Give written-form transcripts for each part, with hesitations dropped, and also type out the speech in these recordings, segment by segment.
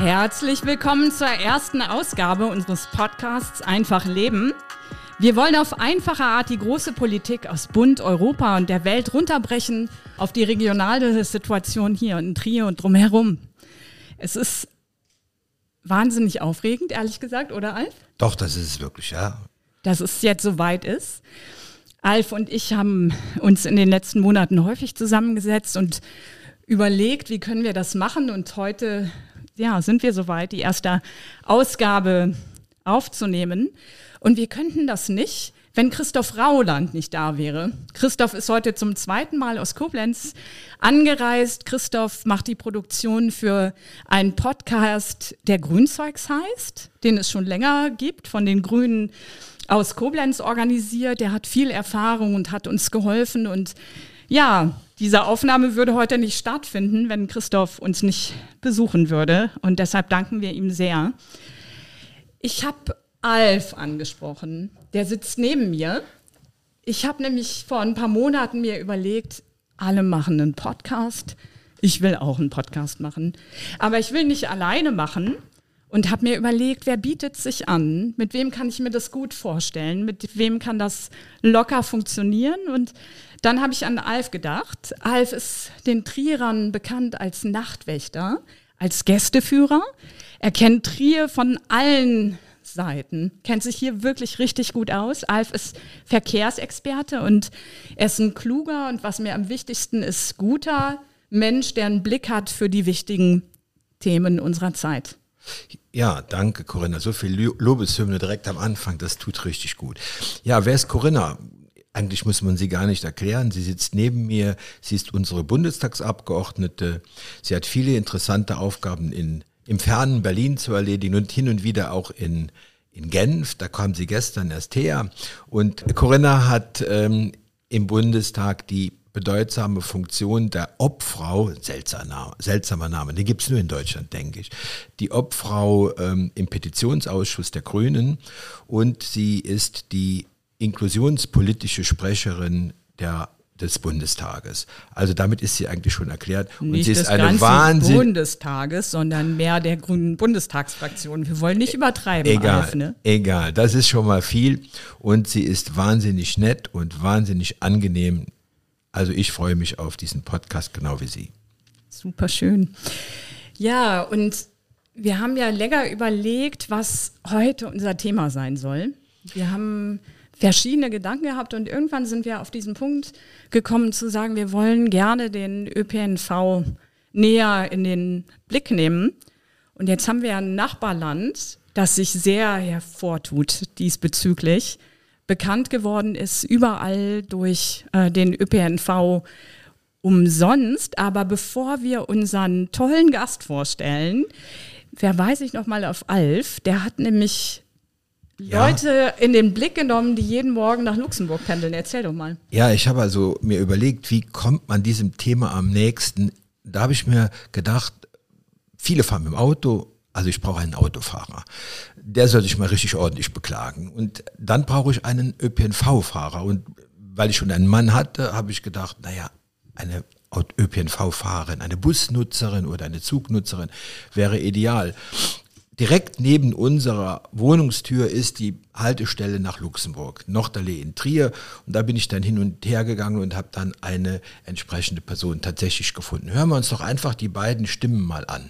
Herzlich willkommen zur ersten Ausgabe unseres Podcasts Einfach Leben. Wir wollen auf einfache Art die große Politik aus Bund, Europa und der Welt runterbrechen auf die regionale Situation hier in Trier und drumherum. Es ist wahnsinnig aufregend, ehrlich gesagt, oder Alf? Doch, das ist es wirklich, ja. Dass es jetzt soweit ist. Alf und ich haben uns in den letzten Monaten häufig zusammengesetzt und überlegt, wie können wir das machen. Und heute sind wir soweit, die erste Ausgabe aufzunehmen. Und wir könnten das nicht, wenn Christoph Rauland nicht da wäre. Christoph ist heute zum zweiten Mal aus Koblenz angereist. Christoph macht die Produktion für einen Podcast, der Grünzeugs heißt, den es schon länger gibt, von den Grünen aus Koblenz organisiert. Der hat viel Erfahrung und hat uns geholfen. Und ja, diese Aufnahme würde heute nicht stattfinden, wenn Christoph uns nicht besuchen würde. Und deshalb danken wir ihm sehr. Ich habe Alf angesprochen. Der sitzt neben mir. Ich habe nämlich vor ein paar Monaten mir überlegt, alle machen einen Podcast. Ich will auch einen Podcast machen. Aber ich will nicht alleine machen. Und habe mir überlegt, wer bietet sich an? Mit wem kann ich mir das gut vorstellen? Mit wem kann das locker funktionieren? Und dann habe ich an Alf gedacht. Alf ist den Trierern bekannt als Nachtwächter, als Gästeführer. Er kennt Trier von allen Seiten, kennt sich hier wirklich richtig gut aus. Alf ist Verkehrsexperte und er ist ein kluger und was mir am wichtigsten ist, guter Mensch, der einen Blick hat für die wichtigen Themen unserer Zeit. Ja, danke Corinna. So viel Lobeshymne direkt am Anfang, das tut richtig gut. Ja, wer ist Corinna? Eigentlich muss man sie gar nicht erklären. Sie sitzt neben mir, sie ist unsere Bundestagsabgeordnete. Sie hat viele interessante Aufgaben im fernen Berlin zu erledigen und hin und wieder auch in Genf. Da kam sie gestern erst her. Und Corinna hat im Bundestag die bedeutsame Funktion der Obfrau, seltsamer Name, den gibt es nur in Deutschland, denke ich, die Obfrau im Petitionsausschuss der Grünen und sie ist die inklusionspolitische Sprecherin des Bundestages. Also damit ist sie eigentlich schon erklärt. Und nicht sie ist des eine ganzen Bundestages, sondern mehr der Grünen Bundestagsfraktion. Wir wollen nicht übertreiben. Egal, Alf, ne? Egal, das ist schon mal viel. Und sie ist wahnsinnig nett und wahnsinnig angenehm. Also ich freue mich auf diesen Podcast, genau wie Sie. Super schön. Ja, und wir haben ja länger überlegt, was heute unser Thema sein soll. Wir haben verschiedene Gedanken gehabt und irgendwann sind wir auf diesen Punkt gekommen zu sagen, wir wollen gerne den ÖPNV näher in den Blick nehmen. Und jetzt haben wir ein Nachbarland, das sich sehr hervortut diesbezüglich. Bekannt geworden ist überall durch den ÖPNV umsonst. Aber bevor wir unseren tollen Gast vorstellen, verweise ich nochmal auf Alf. Der hat nämlich Leute in den Blick genommen, die jeden Morgen nach Luxemburg pendeln. Erzähl doch mal. Ja, ich habe also mir überlegt, wie kommt man diesem Thema am nächsten? Da habe ich mir gedacht, viele fahren mit dem Auto. Also ich brauche einen Autofahrer. Der soll sich mal richtig ordentlich beklagen. Und dann brauche ich einen ÖPNV-Fahrer. Und weil ich schon einen Mann hatte, habe ich gedacht, eine ÖPNV-Fahrerin, eine Busnutzerin oder eine Zugnutzerin wäre ideal. Direkt neben unserer Wohnungstür ist die Haltestelle nach Luxemburg, Nordallee in Trier. Und da bin ich dann hin und her gegangen und habe dann eine entsprechende Person tatsächlich gefunden. Hören wir uns doch einfach die beiden Stimmen mal an.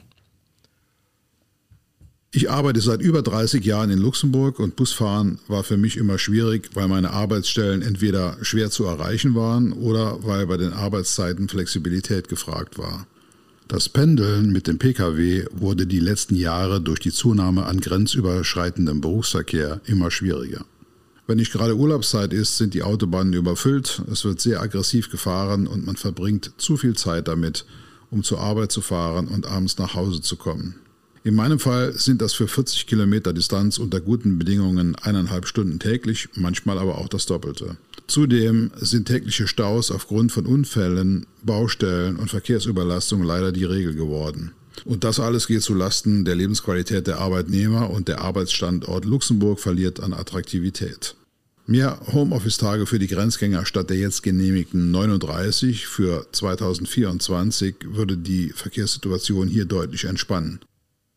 Ich arbeite seit über 30 Jahren in Luxemburg und Busfahren war für mich immer schwierig, weil meine Arbeitsstellen entweder schwer zu erreichen waren oder weil bei den Arbeitszeiten Flexibilität gefragt war. Das Pendeln mit dem Pkw wurde die letzten Jahre durch die Zunahme an grenzüberschreitendem Berufsverkehr immer schwieriger. Wenn nicht gerade Urlaubszeit ist, sind die Autobahnen überfüllt, es wird sehr aggressiv gefahren und man verbringt zu viel Zeit damit, um zur Arbeit zu fahren und abends nach Hause zu kommen. In meinem Fall sind das für 40 Kilometer Distanz unter guten Bedingungen 1,5 Stunden täglich, manchmal aber auch das Doppelte. Zudem sind tägliche Staus aufgrund von Unfällen, Baustellen und Verkehrsüberlastung leider die Regel geworden. Und das alles geht zulasten der Lebensqualität der Arbeitnehmer und der Arbeitsstandort Luxemburg verliert an Attraktivität. Mehr Homeoffice-Tage für die Grenzgänger statt der jetzt genehmigten 39 für 2024 würde die Verkehrssituation hier deutlich entspannen.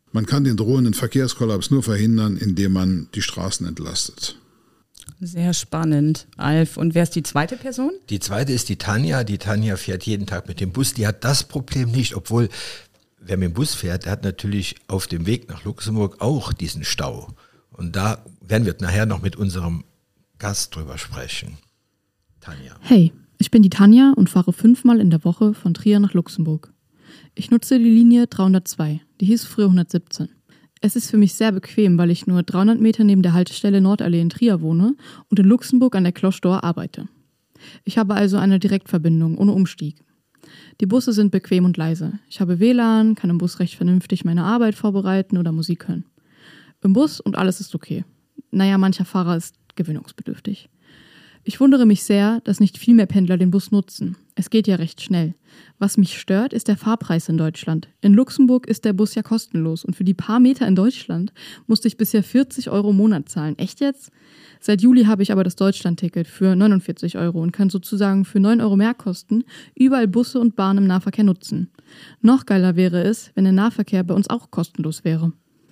Man kann den drohenden Verkehrskollaps nur verhindern, indem man die Straßen entlastet. Sehr spannend, Alf. Und wer ist die zweite Person? Die zweite ist die Tanja. Die Tanja fährt jeden Tag mit dem Bus. Die hat das Problem nicht, obwohl wer mit dem Bus fährt, der hat natürlich auf dem Weg nach Luxemburg auch diesen Stau. Und da werden wir nachher noch mit unserem Gast drüber sprechen. Tanja. Hey, ich bin die Tanja und fahre 5-mal in der Woche von Trier nach Luxemburg. Ich nutze die Linie 302, die hieß früher 117. Es ist für mich sehr bequem, weil ich nur 300 Meter neben der Haltestelle Nordallee in Trier wohne und in Luxemburg an der Cloche d'Or arbeite. Ich habe also eine Direktverbindung ohne Umstieg. Die Busse sind bequem und leise. Ich habe WLAN, kann im Bus recht vernünftig meine Arbeit vorbereiten oder Musik hören. Im Bus und alles ist okay. Naja, mancher Fahrer ist gewöhnungsbedürftig. Ich wundere mich sehr, dass nicht viel mehr Pendler den Bus nutzen. Es geht ja recht schnell. Was mich stört, ist der Fahrpreis in Deutschland. In Luxemburg ist der Bus ja kostenlos und für die paar Meter in Deutschland musste ich bisher 40 € im Monat zahlen. Echt jetzt? Seit Juli habe ich aber das Deutschland-Ticket für 49 € und kann sozusagen für 9 € mehr Kosten überall Busse und Bahnen im Nahverkehr nutzen. Noch geiler wäre es, wenn der Nahverkehr bei uns auch kostenlos wäre.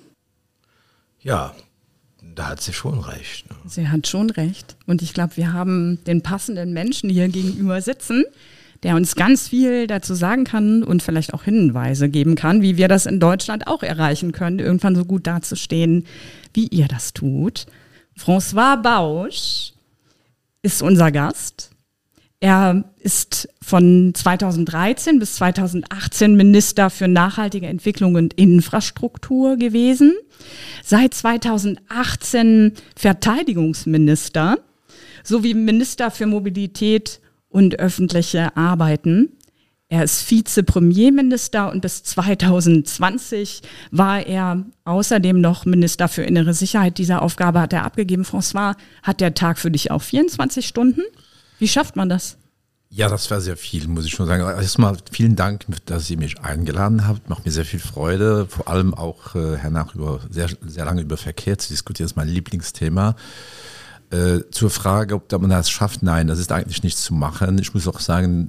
Ja, da hat sie schon recht. Ne? Sie hat schon recht. Und ich glaube, wir haben den passenden Menschen hier gegenüber sitzen, der uns ganz viel dazu sagen kann und vielleicht auch Hinweise geben kann, wie wir das in Deutschland auch erreichen können, irgendwann so gut dazustehen, wie ihr das tut. François Bausch ist unser Gast. Er ist von 2013 bis 2018 Minister für nachhaltige Entwicklung und Infrastruktur gewesen. Seit 2018 Verteidigungsminister sowie Minister für Mobilität und öffentliche Arbeiten. Er ist Vize-Premierminister und bis 2020 war er außerdem noch Minister für innere Sicherheit. Diese Aufgabe hat er abgegeben. François, hat der Tag für dich auch 24 Stunden? Wie schafft man das? Ja, das war sehr viel, muss ich schon sagen. Erstmal vielen Dank, dass ihr mich eingeladen habt. Macht mir sehr viel Freude. Vor allem auch hernach sehr lange über Verkehr zu diskutieren. Das ist mein Lieblingsthema. Zur Frage, ob man das schafft, nein, das ist eigentlich nichts zu machen. Ich muss auch sagen,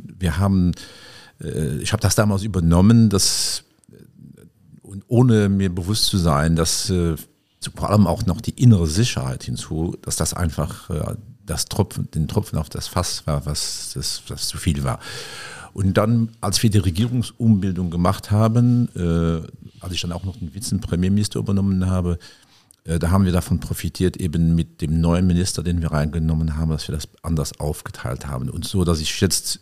ich habe das damals übernommen, und ohne mir bewusst zu sein, dass vor allem auch noch die innere Sicherheit hinzu, dass das einfach den Tropfen auf das Fass war, was zu viel war. Und dann, als wir die Regierungsumbildung gemacht haben, als ich dann auch noch den Vize-Premierminister übernommen habe, da haben wir davon profitiert, eben mit dem neuen Minister, den wir reingenommen haben, dass wir das anders aufgeteilt haben. Und so, dass ich jetzt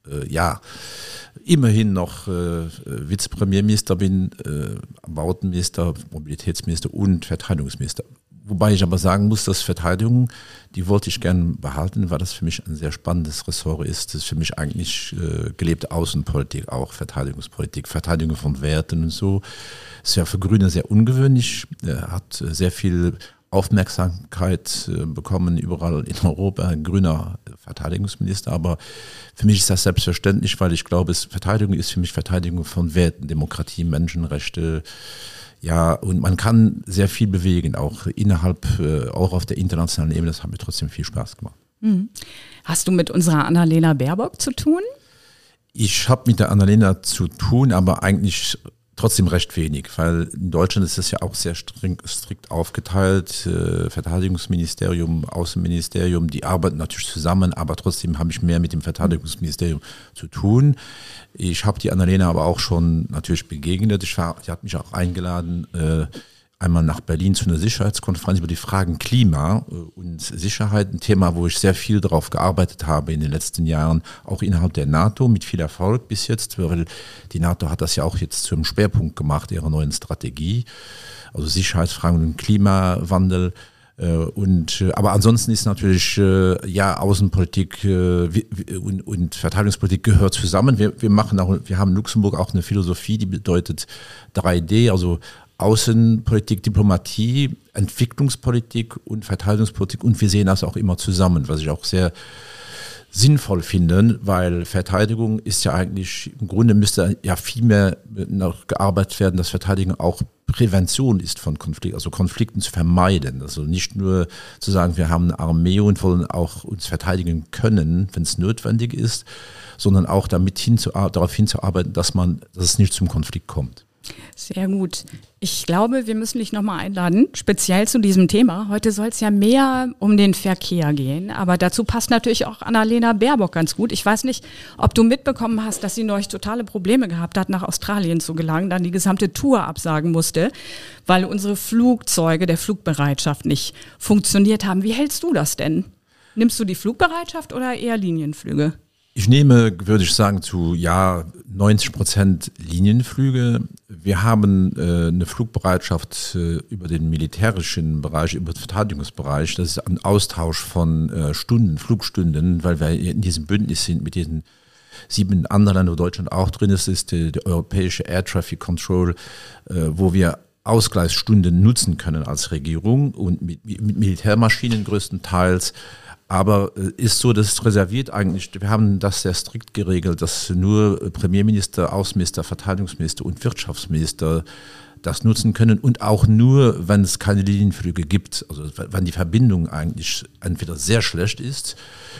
immerhin noch Vize-Premierminister bin, Bautenminister, Mobilitätsminister und Verteidigungsminister. Wobei ich aber sagen muss, dass Verteidigung, die wollte ich gerne behalten, weil das für mich ein sehr spannendes Ressort ist. Das ist für mich eigentlich gelebte Außenpolitik, auch Verteidigungspolitik, Verteidigung von Werten und so. Ist ja für Grüne sehr ungewöhnlich, hat sehr viel Aufmerksamkeit bekommen überall in Europa, ein grüner Verteidigungsminister. Aber für mich ist das selbstverständlich, weil ich glaube, Verteidigung ist für mich Verteidigung von Werten, Demokratie, Menschenrechte. Ja, und man kann sehr viel bewegen, auch auch auf der internationalen Ebene. Das hat mir trotzdem viel Spaß gemacht. Hast du mit unserer Annalena Baerbock zu tun? Ich habe mit der Annalena zu tun, aber eigentlich trotzdem recht wenig, weil in Deutschland ist das ja auch sehr strikt aufgeteilt. Verteidigungsministerium, Außenministerium, die arbeiten natürlich zusammen, aber trotzdem habe ich mehr mit dem Verteidigungsministerium zu tun. Ich habe die Annalena aber auch schon natürlich begegnet. Sie hat mich auch eingeladen, einmal nach Berlin zu einer Sicherheitskonferenz über die Fragen Klima und Sicherheit, ein Thema, wo ich sehr viel darauf gearbeitet habe in den letzten Jahren, auch innerhalb der NATO, mit viel Erfolg bis jetzt, weil die NATO hat das ja auch jetzt zum Schwerpunkt gemacht, ihrer neuen Strategie, also Sicherheitsfragen und Klimawandel. Aber ansonsten ist natürlich Außenpolitik und Verteidigungspolitik gehört zusammen. Wir haben in Luxemburg auch eine Philosophie, die bedeutet 3D, also Außenpolitik, Diplomatie, Entwicklungspolitik und Verteidigungspolitik, und wir sehen das auch immer zusammen, was ich auch sehr sinnvoll finde, weil Verteidigung ist ja eigentlich, im Grunde müsste ja viel mehr noch gearbeitet werden, dass Verteidigung auch Prävention ist von Konflikten, also Konflikten zu vermeiden. Also nicht nur zu sagen, wir haben eine Armee und wollen auch uns verteidigen können, wenn es notwendig ist, sondern auch darauf hinzuarbeiten, dass es nicht zum Konflikt kommt. Sehr gut. Ich glaube, wir müssen dich nochmal einladen, speziell zu diesem Thema. Heute soll es ja mehr um den Verkehr gehen, aber dazu passt natürlich auch Annalena Baerbock ganz gut. Ich weiß nicht, ob du mitbekommen hast, dass sie neulich totale Probleme gehabt hat, nach Australien zu gelangen, dann die gesamte Tour absagen musste, weil unsere Flugzeuge der Flugbereitschaft nicht funktioniert haben. Wie hältst du das denn? Nimmst du die Flugbereitschaft oder eher Linienflüge? Ich nehme, würde ich sagen, zu 90% Linienflüge. Wir haben eine Flugbereitschaft über den militärischen Bereich, über den Verteidigungsbereich. Das ist ein Austausch von Flugstunden, weil wir in diesem Bündnis sind mit diesen 7 anderen Ländern, wo Deutschland auch drin ist, ist die europäische Air Traffic Control, wo wir Ausgleichsstunden nutzen können als Regierung und mit Militärmaschinen größtenteils. Aber ist so, das ist reserviert eigentlich, wir haben das sehr strikt geregelt, dass nur Premierminister, Außenminister, Verteidigungsminister und Wirtschaftsminister das nutzen können und auch nur, wenn es keine Linienflüge gibt, also wenn die Verbindung eigentlich entweder sehr schlecht ist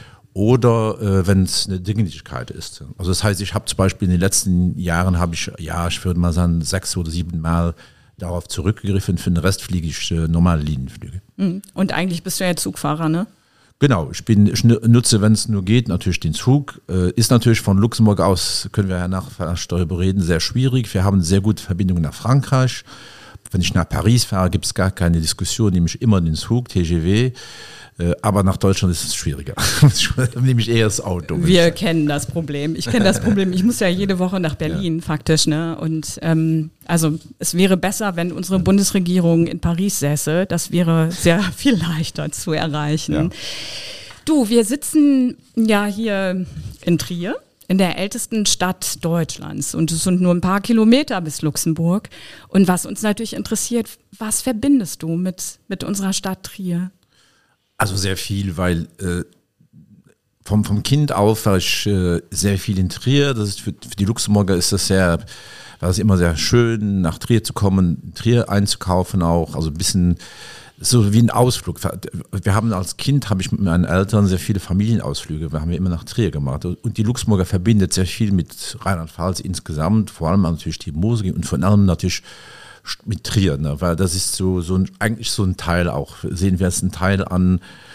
oder wenn es eine Dringlichkeit ist. Also das heißt, ich habe zum Beispiel in den letzten Jahren, ich würde mal sagen, 6 oder 7 Mal darauf zurückgegriffen, für den Rest fliege ich normale Linienflüge. Und eigentlich bist du ja Zugfahrer, ne? Genau, ich nutze, wenn es nur geht, natürlich den Zug. Ist natürlich von Luxemburg aus, können wir ja nachher darüber reden, sehr schwierig. Wir haben sehr gute Verbindungen nach Frankreich. Wenn ich nach Paris fahre, gibt es gar keine Diskussion, nehme ich immer den Zug, TGV. Aber nach Deutschland ist es schwieriger. Dann nehme ich eher das Auto. Wir kennen das Problem. Ich kenne das Problem. Ich muss ja jede Woche nach Berlin faktisch. Ne? Und also es wäre besser, wenn unsere Bundesregierung in Paris säße. Das wäre sehr viel leichter zu erreichen. Ja. Du, wir sitzen ja hier in Trier, in der ältesten Stadt Deutschlands. Und es sind nur ein paar Kilometer bis Luxemburg. Und was uns natürlich interessiert, was verbindest du mit unserer Stadt Trier? Also sehr viel, weil vom Kind auf war ich sehr viel in Trier. Das ist für die Luxemburger war es immer sehr schön, nach Trier zu kommen, Trier einzukaufen auch. Also ein bisschen so wie ein Ausflug. Wir haben als Kind, habe ich mit meinen Eltern sehr viele Familienausflüge. Wir haben immer nach Trier gemacht. Und die Luxemburger verbindet sehr viel mit Rheinland-Pfalz insgesamt, vor allem natürlich die Mosel und vor allem natürlich mit Trier, ne? Weil das ist eigentlich so ein Teil auch, sehen wir es ein Teil an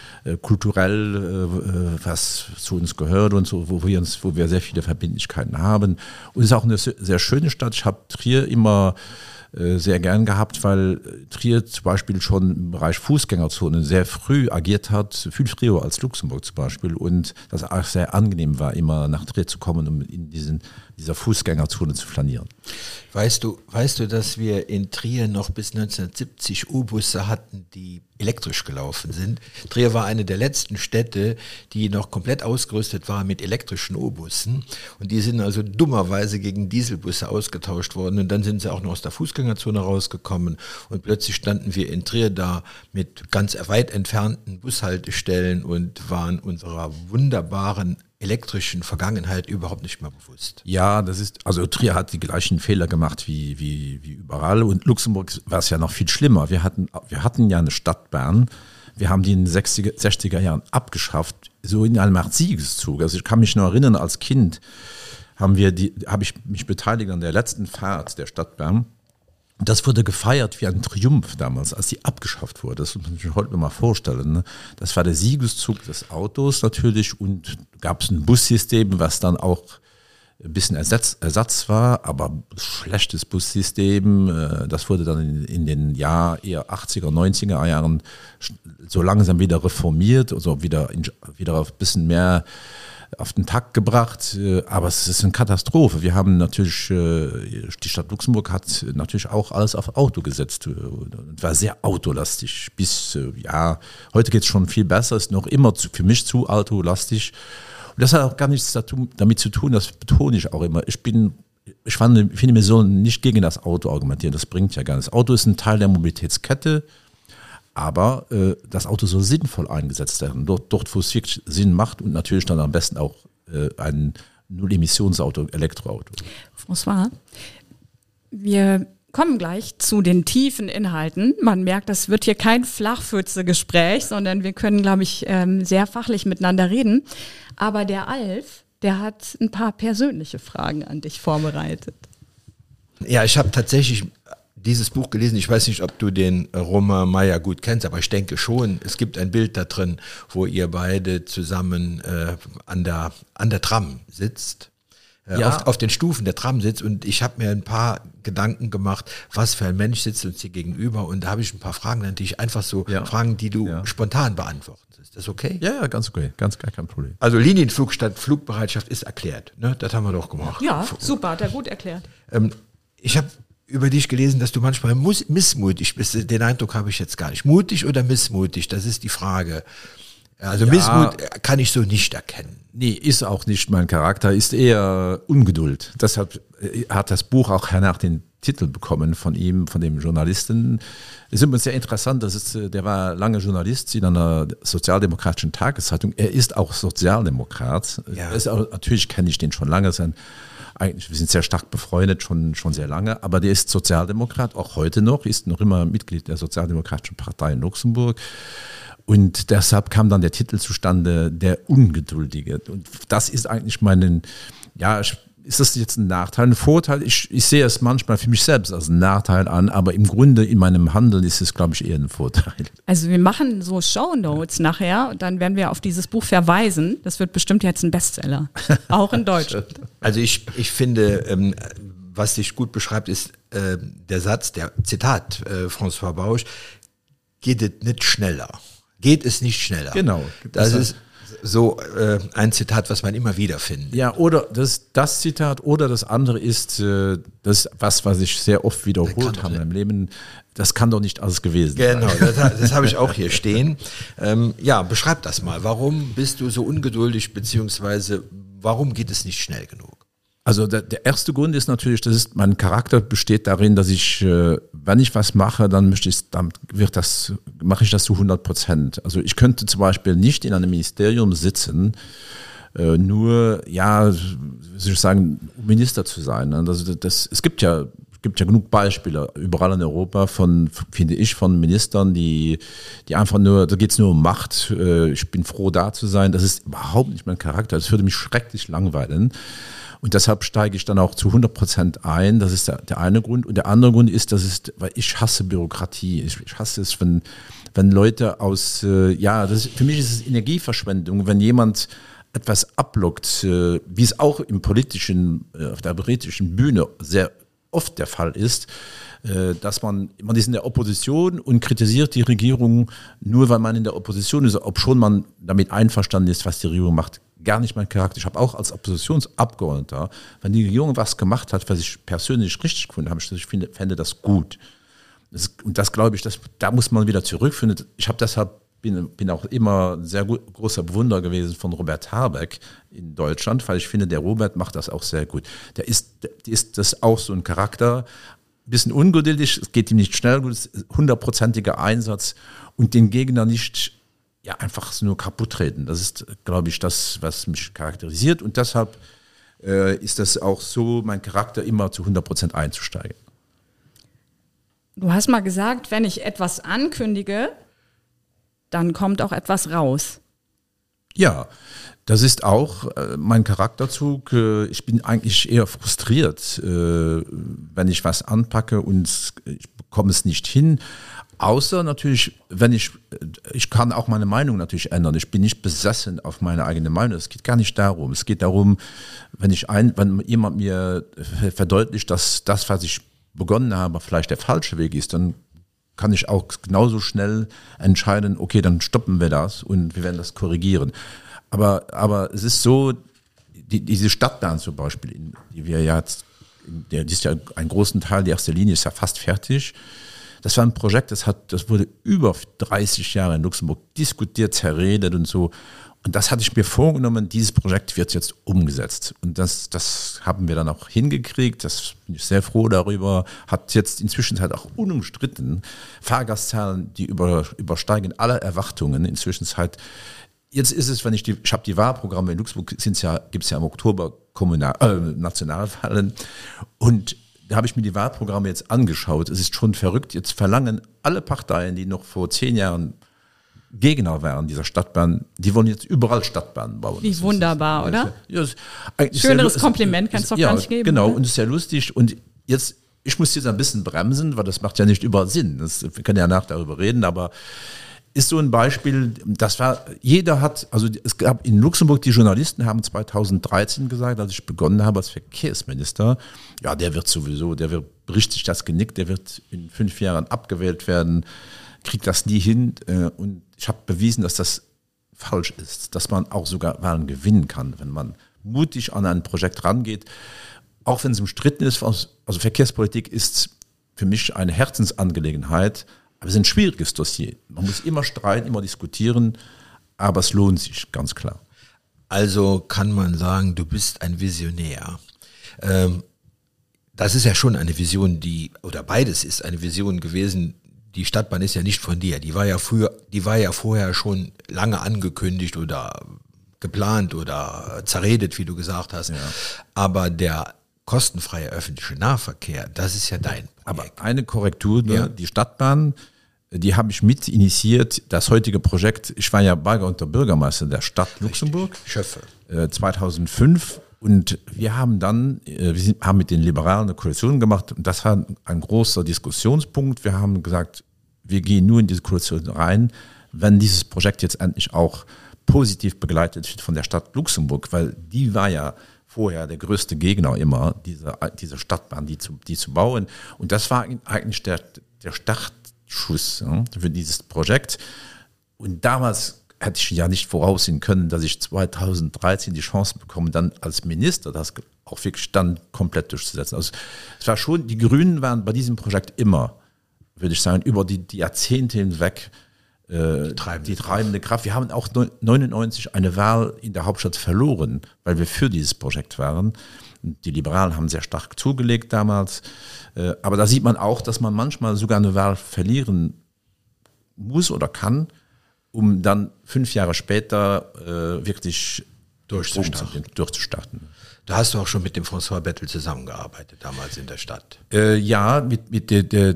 kulturell, was zu uns gehört und so, wo wir sehr viele Verbindlichkeiten haben. Und es ist auch eine sehr schöne Stadt. Ich habe Trier immer sehr gern gehabt, weil Trier zum Beispiel schon im Bereich Fußgängerzone sehr früh agiert hat, viel früher als Luxemburg zum Beispiel, und das auch sehr angenehm war, immer nach Trier zu kommen, um in dieser Fußgängerzone zu flanieren. Weißt du, dass wir in Trier noch bis 1970 U-Busse hatten, die elektrisch gelaufen sind? Trier war eine der letzten Städte, die noch komplett ausgerüstet war mit elektrischen U-Bussen, und die sind also dummerweise gegen Dieselbusse ausgetauscht worden, und dann sind sie auch noch aus der Fußgängerzone rausgekommen, und plötzlich standen wir in Trier da mit ganz weit entfernten Bushaltestellen und waren unserer wunderbaren elektrischen Vergangenheit überhaupt nicht mehr bewusst. Ja, also Trier hat die gleichen Fehler gemacht wie überall, und Luxemburg war es ja noch viel schlimmer. Wir hatten ja eine Stadtbahn, wir haben die in den 60er Jahren abgeschafft, so in einem Art Siegeszug. Also ich kann mich noch erinnern, als Kind habe ich mich beteiligt an der letzten Fahrt der Stadtbahn. Und das wurde gefeiert wie ein Triumph damals, als die abgeschafft wurde. Das muss man sich heute mal vorstellen. Ne? Das war der Siegeszug des Autos natürlich, und gab es ein Bussystem, was dann auch ein bisschen Ersatz war, aber schlechtes Bussystem. Das wurde dann in den eher 80er, 90er Jahren so langsam wieder reformiert, also wieder ein bisschen mehr auf den Takt gebracht, aber es ist eine Katastrophe. Wir haben natürlich, die Stadt Luxemburg hat natürlich auch alles auf Auto gesetzt und war sehr autolastig. Heute geht es schon viel besser, ist noch immer für mich zu autolastig. Und das hat auch gar nichts damit zu tun, das betone ich auch immer. Ich finde mir so nicht gegen das Auto argumentieren, das bringt ja gar nichts. Das Auto ist ein Teil der Mobilitätskette, aber das Auto soll sinnvoll eingesetzt werden, dort wo es wirklich Sinn macht, und natürlich dann am besten auch ein Null-Emissionsauto, Elektroauto. François, wir kommen gleich zu den tiefen Inhalten. Man merkt, das wird hier kein Flachpfütze-Gespräch, sondern wir können, glaube ich, sehr fachlich miteinander reden. Aber der Alf, der hat ein paar persönliche Fragen an dich vorbereitet. Ja, ich habe tatsächlich dieses Buch gelesen. Ich weiß nicht, ob du den Romain Meyer gut kennst, aber ich denke schon. Es gibt ein Bild da drin, wo ihr beide zusammen an der Tram sitzt. Auf den Stufen der Tram sitzt, und ich habe mir ein paar Gedanken gemacht, was für ein Mensch sitzt uns hier gegenüber, und da habe ich ein paar Fragen, die ich einfach so Fragen, die du spontan beantwortest. Ist das okay? Ja, ganz okay, gar kein Problem. Also Linienflug statt Flugbereitschaft ist erklärt, ne? Das haben wir doch gemacht. Ja, super, hat er gut erklärt. Ich habe über dich gelesen, dass du manchmal missmutig bist. Den Eindruck habe ich jetzt gar nicht. Mutig oder missmutig, das ist die Frage. Also Missmut kann ich so nicht erkennen. Nee, ist auch nicht mein Charakter, ist eher Ungeduld. Deshalb hat das Buch auch hernach den Titel bekommen von ihm, von dem Journalisten. Es ist übrigens sehr interessant, der war lange Journalist in einer sozialdemokratischen Tageszeitung. Er ist auch Sozialdemokrat. Ja. Natürlich kenne ich den schon lange. Eigentlich, wir sind sehr stark befreundet, schon sehr lange, aber der ist Sozialdemokrat, auch heute noch, ist noch immer Mitglied der Sozialdemokratischen Partei in Luxemburg. Und deshalb kam dann der Titel zustande, der Ungeduldige. Und das ist eigentlich ist das jetzt ein Nachteil, ein Vorteil? Ich sehe es manchmal für mich selbst als einen Nachteil an, aber im Grunde in meinem Handeln ist es, glaube ich, eher ein Vorteil. Also wir machen so Shownotes nachher, dann werden wir auf dieses Buch verweisen. Das wird bestimmt jetzt ein Bestseller, auch in Deutschland. Also ich finde, was dich gut beschreibt, ist der Satz, der Zitat François Bausch, geht es nicht schneller. Genau. Das ist so ein Zitat, was man immer wieder findet. Ja, oder das Zitat oder das andere ist das, was ich sehr oft wiederholt habe in meinem Leben, das kann doch nicht alles gewesen sein. Genau, das habe ich auch hier stehen. Beschreib das mal. Warum bist du so ungeduldig, beziehungsweise warum geht es nicht schnell genug? Also der erste Grund ist natürlich, mein Charakter besteht darin, dass ich, wenn ich was mache, dann mache ich das zu 100%. Also ich könnte zum Beispiel nicht in einem Ministerium sitzen, nur, um Minister zu sein. Also es gibt ja genug Beispiele überall in Europa von Ministern, die einfach nur, da geht es nur um Macht. Ich bin froh, da zu sein. Das ist überhaupt nicht mein Charakter. Das würde mich schrecklich langweilen. Und deshalb steige ich dann auch zu 100% ein. Das ist der eine Grund. Und der andere Grund ist, weil ich hasse Bürokratie. Ich hasse es, wenn Leute für mich ist es Energieverschwendung, wenn jemand etwas ablockt, wie es auch auf der politischen Bühne sehr oft der Fall ist, dass man ist in der Opposition und kritisiert die Regierung nur, weil man in der Opposition ist, obschon man damit einverstanden ist, was die Regierung macht. Gar nicht mein Charakter. Ich habe auch als Oppositionsabgeordneter, wenn die Regierung was gemacht hat, was ich persönlich richtig gefunden habe, ich fände das gut. Und das glaube ich, da muss man wieder zurückfinden. Ich habe bin auch immer ein sehr großer Bewunderer gewesen von Robert Habeck in Deutschland, weil ich finde, der Robert macht das auch sehr gut. Der ist das auch so ein Charakter, ein bisschen ungeduldig, es geht ihm nicht schnell, 100%iger Einsatz und den Gegner nicht einfach nur kaputt treten. Das ist, glaube ich, das, was mich charakterisiert. Und deshalb ist das auch so, mein Charakter immer zu 100% einzusteigen. Du hast mal gesagt, wenn ich etwas ankündige, dann kommt auch etwas raus. Ja, das ist auch mein Charakterzug. Ich bin eigentlich eher frustriert, wenn ich was anpacke und ich bekomme es nicht hin. Außer natürlich, ich kann auch meine Meinung natürlich ändern. Ich bin nicht besessen auf meine eigene Meinung. Es geht gar nicht darum. Es geht darum, wenn jemand mir verdeutlicht, dass das, was ich begonnen habe, vielleicht der falsche Weg ist, dann kann ich auch genauso schnell entscheiden, okay, dann stoppen wir das und wir werden das korrigieren. Aber es ist so, diese Stadtbahn zum Beispiel, die wir jetzt, die ist ja einen großen Teil, die erste Linie ist ja fast fertig. Das war ein Projekt, das wurde über 30 Jahre in Luxemburg diskutiert, zerredet und so. Und das hatte ich mir vorgenommen, dieses Projekt wird jetzt umgesetzt. Und das haben wir dann auch hingekriegt, das bin ich sehr froh darüber, hat jetzt inzwischen halt auch unumstritten Fahrgastzahlen, die übersteigen alle Erwartungen inzwischen halt. Jetzt ist es, ich habe die Wahlprogramme in Luxemburg, gibt es ja im Oktober Nationalwahlen und da habe ich mir die Wahlprogramme jetzt angeschaut. Es ist schon verrückt. Jetzt verlangen alle Parteien, die noch vor 10 Jahren Gegner waren dieser Stadtbahn, die wollen jetzt überall Stadtbahnen bauen. Wie wunderbar, oder? Ja, schöneres Kompliment kann es doch gar nicht geben. Genau, oder? und es ist sehr lustig. Und jetzt ich muss jetzt ein bisschen bremsen, weil das macht ja nicht überall Sinn. Wir können ja nachher darüber reden, aber ist so ein Beispiel, es gab in Luxemburg, die Journalisten haben 2013 gesagt, als ich begonnen habe als Verkehrsminister, ja, der wird bricht sich das Genick, der wird in 5 Jahren abgewählt werden, kriegt das nie hin. Und ich habe bewiesen, dass das falsch ist, dass man auch sogar Wahlen gewinnen kann, wenn man mutig an ein Projekt rangeht, auch wenn es umstritten ist. Also Verkehrspolitik ist für mich eine Herzensangelegenheit, aber es ist ein schwieriges Dossier. Man muss immer streiten, immer diskutieren, aber es lohnt sich, ganz klar. Also kann man sagen, du bist ein Visionär. Das ist ja schon eine Vision, oder beides ist eine Vision gewesen. Die Stadtbahn ist ja nicht von dir. Die war ja vorher schon lange angekündigt oder geplant oder zerredet, wie du gesagt hast. Ja. Aber der kostenfreie öffentliche Nahverkehr, das ist ja dein Projekt. Aber eine Korrektur, die Stadtbahn, die habe ich mit initiiert, das heutige Projekt. Ich war ja Bürger und Bürgermeister der Stadt Luxemburg. Schöffe. 2005. Und wir haben haben mit den Liberalen eine Koalition gemacht. Und das war ein großer Diskussionspunkt. Wir haben gesagt, wir gehen nur in diese Koalition rein, wenn dieses Projekt jetzt endlich auch positiv begleitet wird von der Stadt Luxemburg, weil die war ja vorher der größte Gegner immer, diese Stadtbahn, die zu bauen. Und das war eigentlich der Startschuss für dieses Projekt. Und damals hätte ich ja nicht voraussehen können, dass ich 2013 die Chance bekomme, dann als Minister das auch wirklich dann komplett durchzusetzen. Also es war schon, die Grünen waren bei diesem Projekt immer, würde ich sagen, über die Jahrzehnte hinweg die treibende Kraft. Wir haben auch 1999 eine Wahl in der Hauptstadt verloren, weil wir für dieses Projekt waren. Die Liberalen haben sehr stark zugelegt damals. Aber da sieht man auch, dass man manchmal sogar eine Wahl verlieren muss oder kann, um dann 5 Jahre später wirklich durchzustarten. Da hast du auch schon mit dem François Bettel zusammengearbeitet, damals in der Stadt. Ja, mit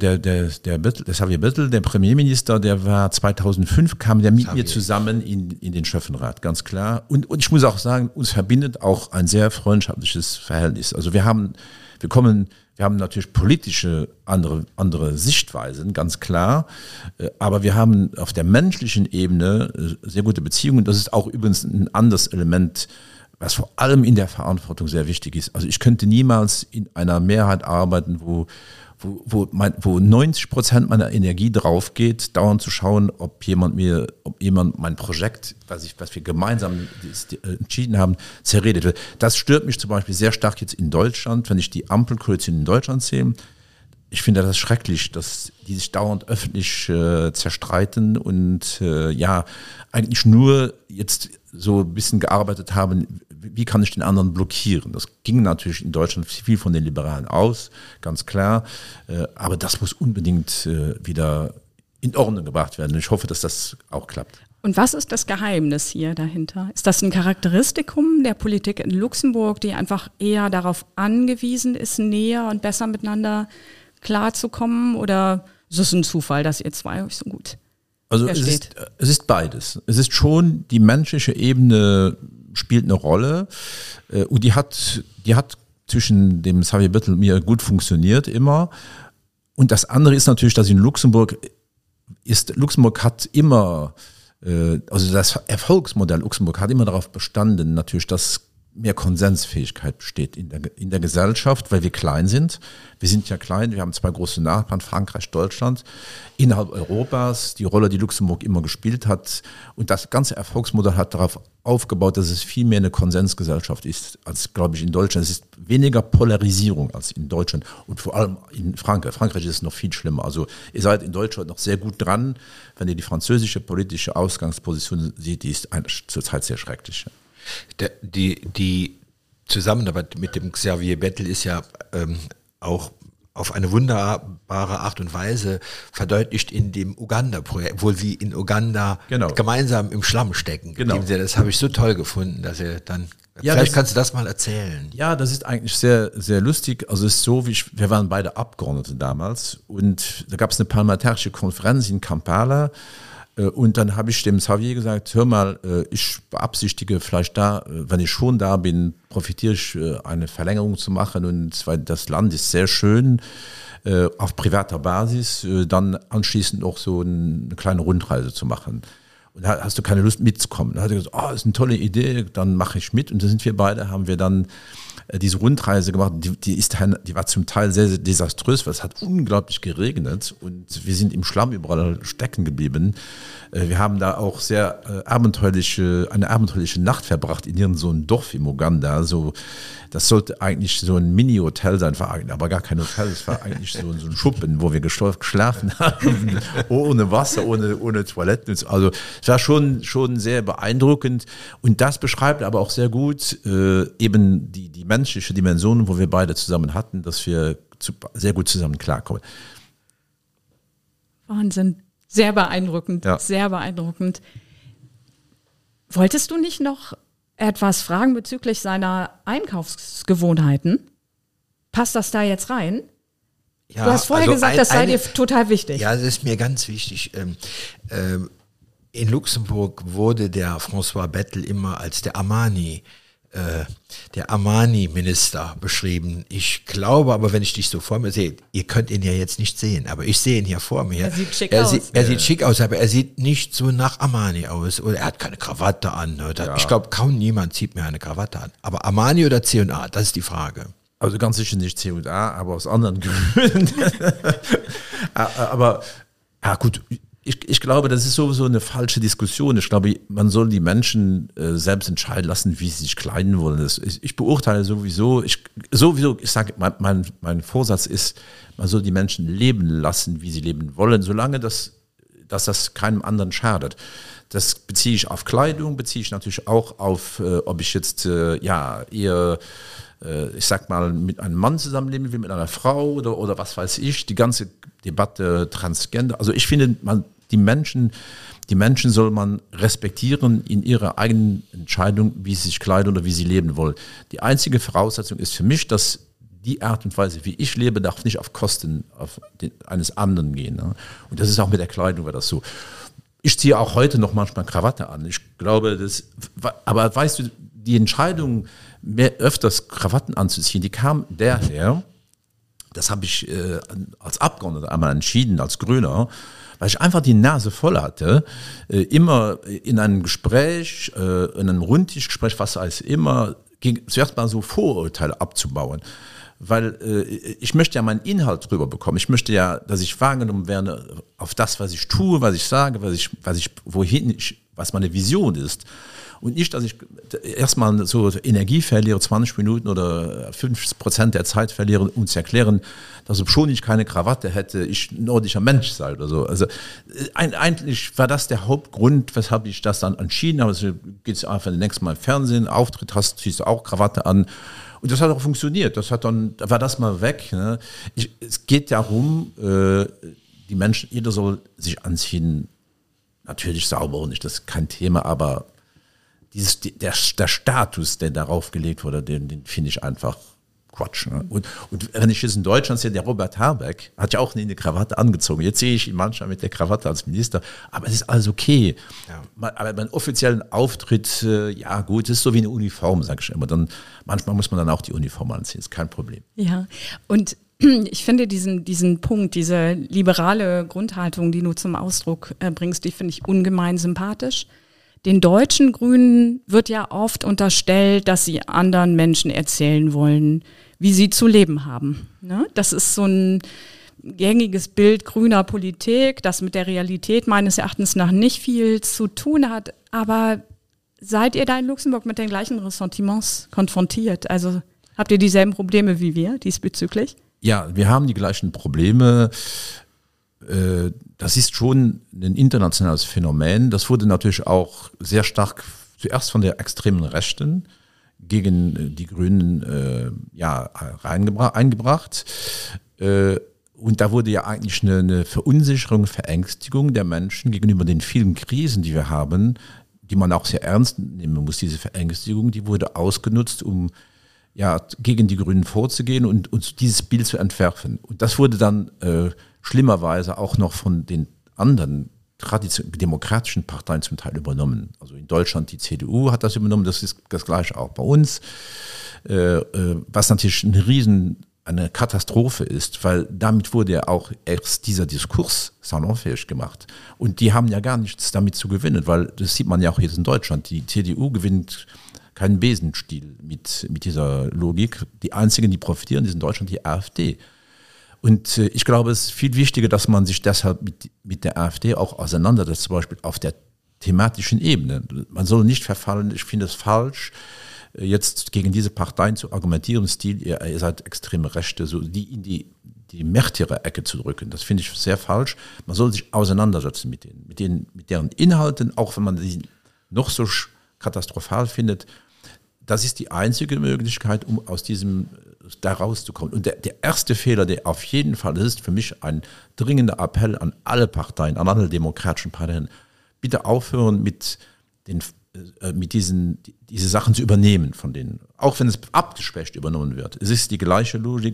der Xavier Bettel, der Premierminister, der war 2005, kam der mit mir zusammen in den Schöffenrat, ganz klar. Und ich muss auch sagen, uns verbindet auch ein sehr freundschaftliches Verhältnis. Also wir haben natürlich politische andere Sichtweisen, ganz klar, aber wir haben auf der menschlichen Ebene sehr gute Beziehungen. Das ist auch übrigens ein anderes Element, was vor allem in der Verantwortung sehr wichtig ist. Also ich könnte niemals in einer Mehrheit arbeiten, wo 90% meiner Energie drauf geht, dauernd zu schauen, ob jemand mein Projekt, was wir gemeinsam entschieden haben, zerredet wird. Das stört mich zum Beispiel sehr stark jetzt in Deutschland, wenn ich die Ampelkoalition in Deutschland sehe. Ich finde das schrecklich, dass die sich dauernd öffentlich zerstreiten und eigentlich nur jetzt so ein bisschen gearbeitet haben, wie kann ich den anderen blockieren? Das ging natürlich in Deutschland viel von den Liberalen aus, ganz klar. Aber das muss unbedingt wieder in Ordnung gebracht werden. Und ich hoffe, dass das auch klappt. Und was ist das Geheimnis hier dahinter? Ist das ein Charakteristikum der Politik in Luxemburg, die einfach eher darauf angewiesen ist, näher und besser miteinander klarzukommen? Oder ist es ein Zufall, dass ihr zwei euch so gut versteht? Es ist beides. Es ist schon, die menschliche Ebene spielt eine Rolle und die hat zwischen dem Xavier Bettel und mir gut funktioniert immer. Und das andere ist natürlich, dass in Luxemburg hat immer, also das Erfolgsmodell Luxemburg hat immer darauf bestanden, natürlich, dass mehr Konsensfähigkeit besteht in der Gesellschaft, weil wir klein sind. Wir sind ja klein, wir haben 2 große Nachbarn, Frankreich, Deutschland, innerhalb Europas, die Rolle, die Luxemburg immer gespielt hat. Und das ganze Erfolgsmodell hat darauf aufgebaut, dass es viel mehr eine Konsensgesellschaft ist, als, glaube ich, in Deutschland. Es ist weniger Polarisierung als in Deutschland und vor allem in Frankreich. Frankreich ist es noch viel schlimmer. Also ihr seid in Deutschland noch sehr gut dran. Wenn ihr die französische politische Ausgangsposition seht, die ist zurzeit sehr schrecklich. Die Zusammenarbeit mit dem Xavier Bettel ist ja auch auf eine wunderbare Art und Weise verdeutlicht in dem Uganda-Projekt, obwohl sie in Uganda gemeinsam im Schlamm stecken. Genau. Das habe ich so toll gefunden, dass er dann... Vielleicht kannst du das mal erzählen. Ja, das ist eigentlich sehr, sehr lustig. Also es ist so, wir waren beide Abgeordnete damals und da gab es eine parlamentarische Konferenz in Kampala Und dann habe ich dem Xavier gesagt, hör mal, ich beabsichtige vielleicht da, wenn ich schon da bin, profitiere ich, eine Verlängerung zu machen. Und weil das Land ist sehr schön, auf privater Basis, dann anschließend noch so eine kleine Rundreise zu machen. Und da hast du keine Lust mitzukommen. Dann hat er gesagt, das ist eine tolle Idee, dann mache ich mit. Und da sind wir beide, haben wir dann diese Rundreise gemacht. Die war zum Teil sehr, sehr desaströs, weil es hat unglaublich geregnet und wir sind im Schlamm überall stecken geblieben. Wir haben da auch sehr eine abenteuerliche Nacht verbracht in so einem Dorf im Uganda. Das sollte eigentlich so ein Mini-Hotel sein, aber gar kein Hotel. Es war eigentlich so ein Schuppen, wo wir geschlafen haben, ohne Wasser, ohne Toiletten. Also es war schon sehr beeindruckend und das beschreibt aber auch sehr gut eben die menschliche Dimension, wo wir beide zusammen hatten, dass wir sehr gut zusammen klarkommen. Wahnsinn. Sehr beeindruckend, ja. Sehr beeindruckend. Wolltest du nicht noch etwas fragen bezüglich seiner Einkaufsgewohnheiten? Passt das da jetzt rein? Ja, du hast vorher gesagt, das sei dir total wichtig. Ja, das ist mir ganz wichtig. In Luxemburg wurde der François Bettel immer als der Armani-Minister beschrieben. Ich glaube aber, wenn ich dich so vor mir sehe, ihr könnt ihn ja jetzt nicht sehen, aber ich sehe ihn hier vor mir. Er sieht schick aus. Er sieht schick aus, aber er sieht nicht so nach Armani aus. Oder er hat keine Krawatte an. Oder ich glaube, kaum niemand zieht mir eine Krawatte an. Aber Armani oder C&A, das ist die Frage. Also ganz sicher nicht C&A, aber aus anderen Gründen. Aber ja gut, ich glaube, das ist sowieso eine falsche Diskussion. Ich glaube, man soll die Menschen selbst entscheiden lassen, wie sie sich kleiden wollen. Ich beurteile sowieso, ich sage, mein Vorsatz ist, man soll die Menschen leben lassen, wie sie leben wollen, solange dass das keinem anderen schadet. Das beziehe ich auf Kleidung, beziehe ich natürlich auch auf, ob ich jetzt eher ich sag mal, mit einem Mann zusammenleben will, mit einer Frau oder was weiß ich, die ganze Debatte Transgender. Also ich finde, die Menschen soll man respektieren in ihrer eigenen Entscheidung, wie sie sich kleiden oder wie sie leben wollen. Die einzige Voraussetzung ist für mich, dass die Art und Weise, wie ich lebe, darf nicht auf Kosten eines anderen gehen. Ne? Und das ist auch mit der Kleidung war das so. Ich ziehe auch heute noch manchmal Krawatte an. Ich glaube, aber weißt du, die Entscheidung, öfters Krawatten anzuziehen, die kam daher, das habe ich als Abgeordneter einmal entschieden, als Grüner, weil ich einfach die Nase voll hatte, immer in einem Gespräch, in einem Rundtischgespräch, was heißt immer, zuerst mal so Vorurteile abzubauen. Weil ich möchte ja meinen Inhalt drüber bekommen. Ich möchte ja, dass ich wahrgenommen werde auf das, was ich tue, was ich sage, was meine Vision ist. Und nicht, dass ich erstmal so Energie verliere, 20 Minuten oder 50% der Zeit verliere, um zu erklären, dass obschon ich keine Krawatte hätte, ich ein ordentlicher Mensch sei oder so. Also eigentlich war das der Hauptgrund, weshalb ich das dann entschieden habe. Also geht's einfach nächstes Mal im Fernsehen, Auftritt hast, ziehst du auch Krawatte an. Und das hat auch funktioniert. Da war das mal weg. Ne? Es geht darum, die Menschen, jeder soll sich anziehen, natürlich sauber und nicht, das ist kein Thema, aber der Status, der darauf gelegt wurde, den finde ich einfach Quatsch. Ne? Und wenn ich jetzt in Deutschland sehe, der Robert Habeck hat ja auch nie eine Krawatte angezogen. Jetzt sehe ich ihn manchmal mit der Krawatte als Minister, aber es ist alles okay. Ja. Aber beim offiziellen Auftritt, ja gut, es ist so wie eine Uniform, sage ich immer. Manchmal muss man dann auch die Uniform anziehen, ist kein Problem. Ja, und ich finde diesen Punkt, diese liberale Grundhaltung, die du zum Ausdruck bringst, die finde ich ungemein sympathisch. Den deutschen Grünen wird ja oft unterstellt, dass sie anderen Menschen erzählen wollen, wie sie zu leben haben. Ne? Das ist so ein gängiges Bild grüner Politik, das mit der Realität meines Erachtens nach nicht viel zu tun hat. Aber seid ihr da in Luxemburg mit den gleichen Ressentiments konfrontiert? Also habt ihr dieselben Probleme wie wir diesbezüglich? Ja, wir haben die gleichen Probleme. Das ist schon ein internationales Phänomen. Das wurde natürlich auch sehr stark zuerst von der extremen Rechten gegen die Grünen eingebracht. Und da wurde ja eigentlich eine Verunsicherung, Verängstigung der Menschen gegenüber den vielen Krisen, die wir haben, die man auch sehr ernst nehmen muss. Diese Verängstigung, die wurde ausgenutzt, um gegen die Grünen vorzugehen und dieses Bild zu entwerfen. Und das wurde dann schlimmerweise auch noch von den anderen demokratischen Parteien zum Teil übernommen. Also in Deutschland die CDU hat das übernommen, das ist das Gleiche auch bei uns, was natürlich eine Katastrophe ist, weil damit wurde ja auch erst dieser Diskurs salonfähig gemacht. Und die haben ja gar nichts damit zu gewinnen, weil das sieht man ja auch jetzt in Deutschland. Die CDU gewinnt keinen Besenstiel mit dieser Logik. Die einzigen, die profitieren, ist in Deutschland die AfD. Und ich glaube, es ist viel wichtiger, dass man sich deshalb mit der AfD auch auseinandersetzt, zum Beispiel auf der thematischen Ebene. Man soll nicht verfallen, ich finde es falsch, jetzt gegen diese Parteien zu argumentieren, Stil, ihr seid extreme Rechte, so die in die Märtyrer-Ecke zu drücken. Das finde ich sehr falsch. Man soll sich auseinandersetzen mit deren Inhalten, auch wenn man sie noch so katastrophal findet. Das ist die einzige Möglichkeit, um da rauszukommen. Und der erste Fehler, der auf jeden Fall, das ist für mich ein dringender Appell an alle Parteien, an alle demokratischen Parteien, bitte aufhören diese Sachen zu übernehmen von denen, auch wenn es abgeschwächt übernommen wird. Es ist die gleiche Logik,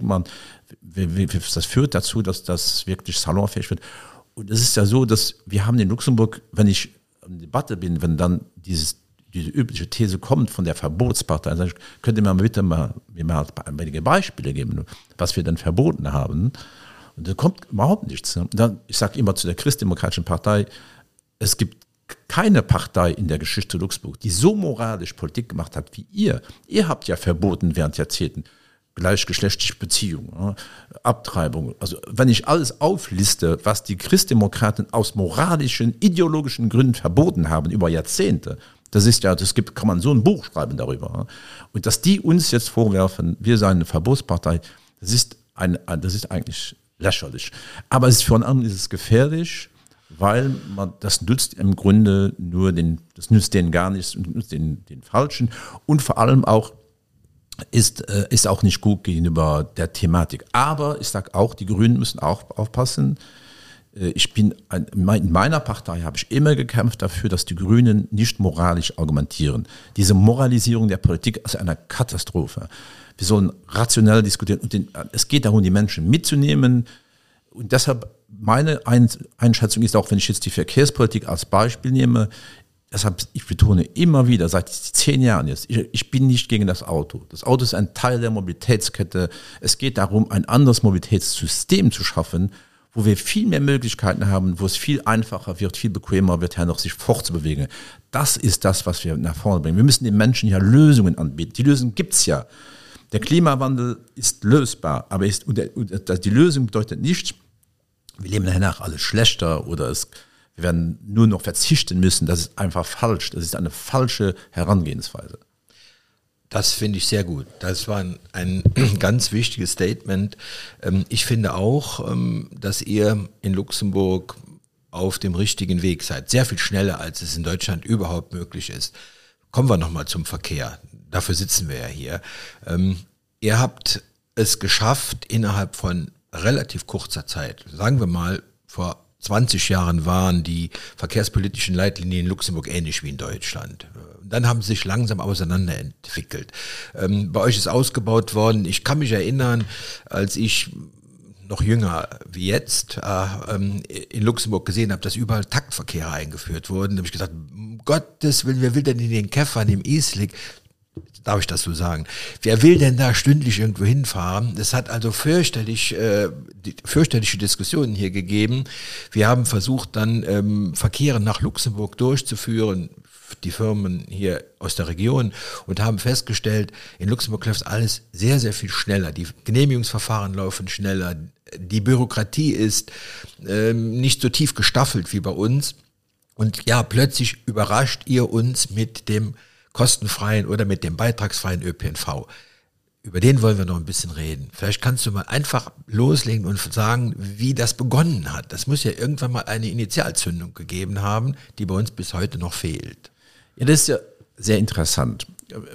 das führt dazu, dass das wirklich salonfähig wird. Und es ist ja so, dass wir haben in Luxemburg, wenn ich in der Debatte bin, wenn dann diese übliche These kommt von der Verbotspartei, dann könnt ihr mir bitte mal einige Beispiele geben, was wir denn verboten haben. Und da kommt überhaupt nichts. Und dann, ich sage immer zu der Christdemokratischen Partei, es gibt keine Partei in der Geschichte Luxemburg, die so moralisch Politik gemacht hat wie ihr. Ihr habt ja verboten während Jahrzehnten gleichgeschlechtliche Beziehungen, Abtreibung. Also wenn ich alles aufliste, was die Christdemokraten aus moralischen, ideologischen Gründen verboten haben über Jahrzehnte, kann man so ein Buch schreiben darüber. Und dass die uns jetzt vorwerfen, wir seien eine Verbotspartei, das ist eigentlich lächerlich. Aber es ist von anderen ist es gefährlich, weil das nützt im Grunde das nützt denen gar nichts und nützt den Falschen. Und vor allem auch ist auch nicht gut gegenüber der Thematik. Aber ich sage auch, die Grünen müssen auch aufpassen. In meiner Partei habe ich immer gekämpft dafür, dass die Grünen nicht moralisch argumentieren. Diese Moralisierung der Politik ist eine Katastrophe. Wir sollen rationell diskutieren und es geht darum, die Menschen mitzunehmen. Und deshalb meine Einschätzung ist auch, wenn ich jetzt die Verkehrspolitik als Beispiel nehme, deshalb, ich betone immer wieder, seit 10 Jahren jetzt, ich bin nicht gegen das Auto. Das Auto ist ein Teil der Mobilitätskette. Es geht darum, ein anderes Mobilitätssystem zu schaffen, wo wir viel mehr Möglichkeiten haben, wo es viel einfacher wird, viel bequemer wird, noch sich fortzubewegen. Das ist das, was wir nach vorne bringen. Wir müssen den Menschen ja Lösungen anbieten. Die Lösung gibt es ja. Der Klimawandel ist lösbar, aber die Lösung bedeutet nicht, wir leben danach alles schlechter oder wir werden nur noch verzichten müssen. Das ist einfach falsch. Das ist eine falsche Herangehensweise. Das finde ich sehr gut. Das war ein ganz wichtiges Statement. Ich finde auch, dass ihr in Luxemburg auf dem richtigen Weg seid. Sehr viel schneller, als es in Deutschland überhaupt möglich ist. Kommen wir nochmal zum Verkehr. Dafür sitzen wir ja hier. Ihr habt es geschafft, innerhalb von relativ kurzer Zeit, sagen wir mal, vor 20 Jahren waren die verkehrspolitischen Leitlinien in Luxemburg ähnlich wie in Deutschland. Dann haben sie sich langsam auseinanderentwickelt. Bei euch ist ausgebaut worden. Ich kann mich erinnern, als ich noch jünger wie jetzt in Luxemburg gesehen habe, dass überall Taktverkehre eingeführt wurden. Da habe ich gesagt, um Gottes Willen, wer will denn in den Käffern im Islik? Darf ich das so sagen? Wer will denn da stündlich irgendwo hinfahren? Es hat also fürchterliche Diskussionen hier gegeben. Wir haben versucht, dann Verkehre nach Luxemburg durchzuführen, die Firmen hier aus der Region, und haben festgestellt, in Luxemburg läuft alles sehr, sehr viel schneller. Die Genehmigungsverfahren laufen schneller. Die Bürokratie ist nicht so tief gestaffelt wie bei uns. Und ja, plötzlich überrascht ihr uns mit dem kostenfreien oder mit dem beitragsfreien ÖPNV. Über den wollen wir noch ein bisschen reden. Vielleicht kannst du mal einfach loslegen und sagen, wie das begonnen hat. Das muss ja irgendwann mal eine Initialzündung gegeben haben, die bei uns bis heute noch fehlt. Ja, das ist ja sehr interessant.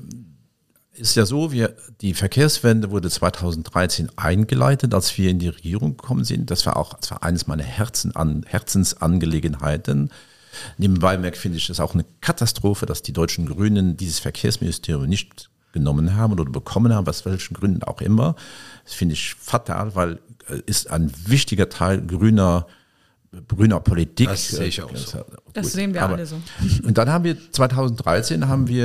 Ist ja so, die Verkehrswende wurde 2013 eingeleitet, als wir in die Regierung gekommen sind. Das war eines meiner Herzensangelegenheiten. Nebenbei finde ich es auch eine Katastrophe, dass die deutschen Grünen dieses Verkehrsministerium nicht genommen haben oder bekommen haben, aus welchen Gründen auch immer. Das finde ich fatal, weil es ein wichtiger Teil grüner grüner Politik. Das sehe ich auch so. Das sehen wir alle so. Und dann haben wir 2013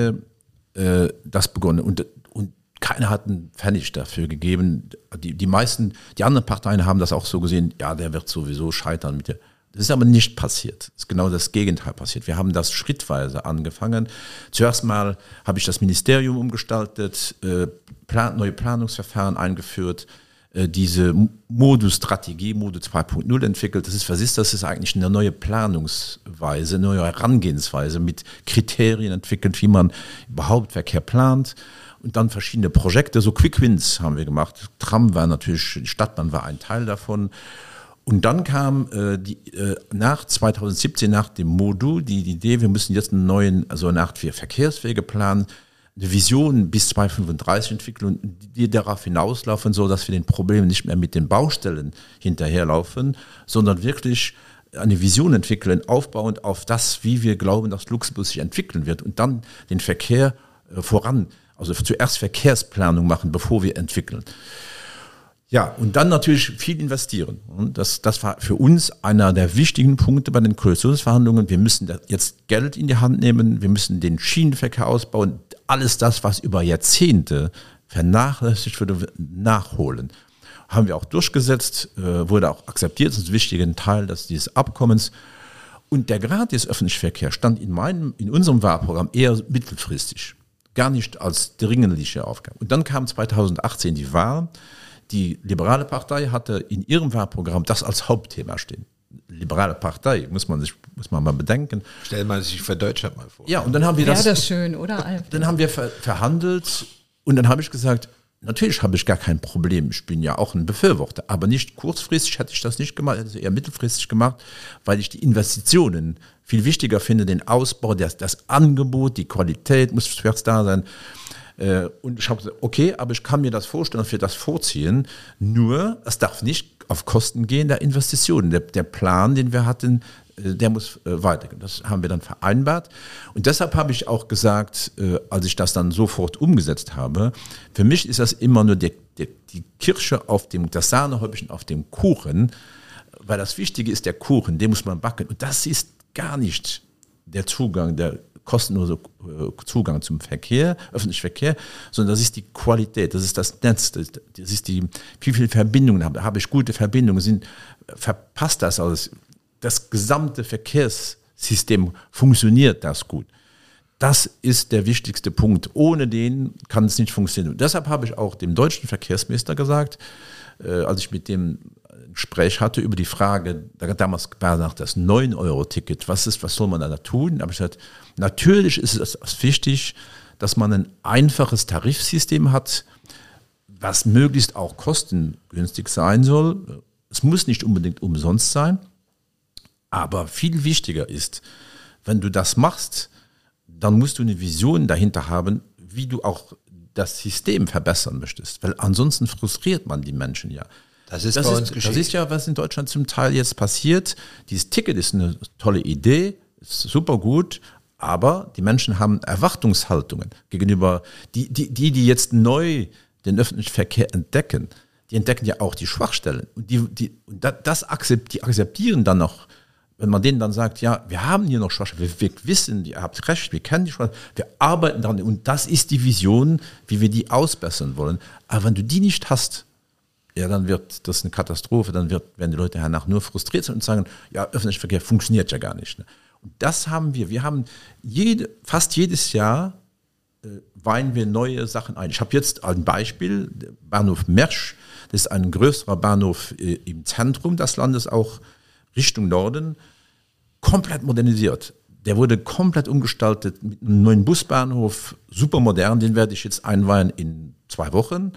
das begonnen und keiner hat einen Pfennig dafür gegeben. Die anderen Parteien haben das auch so gesehen, ja, der wird sowieso scheitern mit der. Das ist aber nicht passiert. Das ist genau das Gegenteil passiert. Wir haben das schrittweise angefangen. Zuerst mal habe ich das Ministerium umgestaltet, neue Planungsverfahren eingeführt, diese Modus-Strategie, Modus 2.0 entwickelt. Was ist das? Das ist eigentlich eine neue Planungsweise, eine neue Herangehensweise mit Kriterien entwickelt, wie man überhaupt Verkehr plant. Und dann verschiedene Projekte, so Quick Wins haben wir gemacht. Tram war natürlich, die Stadtbahn war ein Teil davon. Und dann kam nach 2017, nach dem Modul, die Idee, wir müssen jetzt einen neuen, also eine Art Verkehrswegeplan, eine Vision bis 2035 entwickeln, die darauf hinauslaufen, so dass wir den Problemen nicht mehr mit den Baustellen hinterherlaufen, sondern wirklich eine Vision entwickeln, aufbauend auf das, wie wir glauben, dass Luxemburg sich entwickeln wird und dann den Verkehr voran, also zuerst Verkehrsplanung machen, bevor wir entwickeln. Ja, und dann natürlich viel investieren. Und das war für uns einer der wichtigen Punkte bei den Koalitionsverhandlungen. Wir müssen jetzt Geld in die Hand nehmen, wir müssen den Schienenverkehr ausbauen, alles das, was über Jahrzehnte vernachlässigt wurde, nachholen. Haben wir auch durchgesetzt, wurde auch akzeptiert, das ist ein wichtiger Teil dieses Abkommens. Und der gratis öffentliche Verkehr stand in unserem Wahlprogramm eher mittelfristig, gar nicht als dringliche Aufgabe. Und dann kam 2018 die Wahl. Die Liberale Partei hatte in ihrem Wahlprogramm das als Hauptthema stehen. Liberale Partei, muss man mal bedenken. Stellen man sich für Deutschland mal vor. Ja, und dann haben wir das schön, oder? Dann haben wir verhandelt und dann habe ich gesagt, natürlich habe ich gar kein Problem. Ich bin ja auch ein Befürworter, aber nicht kurzfristig hätte ich das nicht gemacht, hätte ich eher mittelfristig gemacht, weil ich die Investitionen viel wichtiger finde, den Ausbau, das Angebot, die Qualität muss zuerst da sein. Und ich habe gesagt, okay, aber ich kann mir das vorstellen, dass wir das vorziehen, nur es darf nicht auf Kosten gehen der Investitionen. Der Plan, den wir hatten, der muss weitergehen. Das haben wir dann vereinbart. Und deshalb habe ich auch gesagt, als ich das dann sofort umgesetzt habe, für mich ist das immer nur die Kirsche das Sahnehäubchen auf dem Kuchen, weil das Wichtige ist der Kuchen, den muss man backen. Und das ist gar nicht der Zugang, der kostenlose Zugang zum Verkehr, öffentlichen Verkehr, sondern das ist die Qualität, das ist das Netz, das ist wie viele Verbindungen habe ich gute Verbindungen, verpasst das alles. Das gesamte Verkehrssystem funktioniert das gut. Das ist der wichtigste Punkt. Ohne den kann es nicht funktionieren. Und deshalb habe ich auch dem deutschen Verkehrsminister gesagt, als ich mit dem Gespräch hatte über die Frage, damals war nach das 9-Euro-Ticket, was soll man da tun? Da habe ich gesagt, natürlich ist es wichtig, dass man ein einfaches Tarifsystem hat, was möglichst auch kostengünstig sein soll. Es muss nicht unbedingt umsonst sein, aber viel wichtiger ist, wenn du das machst, dann musst du eine Vision dahinter haben, wie du auch das System verbessern möchtest, weil ansonsten frustriert man die Menschen ja. Das ist ja, was in Deutschland zum Teil jetzt passiert. Dieses Ticket ist eine tolle Idee, ist super gut, aber die Menschen haben Erwartungshaltungen gegenüber, die jetzt neu den öffentlichen Verkehr entdecken. Die entdecken ja auch die Schwachstellen. Und die akzeptieren dann noch, wenn man denen dann sagt, ja, wir haben hier noch Schwachstellen, wir wissen, ihr habt recht, wir kennen die Schwachstellen, wir arbeiten daran und das ist die Vision, wie wir die ausbessern wollen. Aber wenn du die nicht hast, ja, dann wird das eine Katastrophe, dann werden die Leute danach nur frustriert sein und sagen, ja, öffentlicher Verkehr funktioniert ja gar nicht. Und das haben wir. Wir haben fast jedes Jahr weihen wir neue Sachen ein. Ich habe jetzt ein Beispiel, Bahnhof Mersch, das ist ein größerer Bahnhof im Zentrum des Landes, auch Richtung Norden, komplett modernisiert. Der wurde komplett umgestaltet mit einem neuen Busbahnhof, super modern, den werde ich jetzt einweihen in 2 Wochen.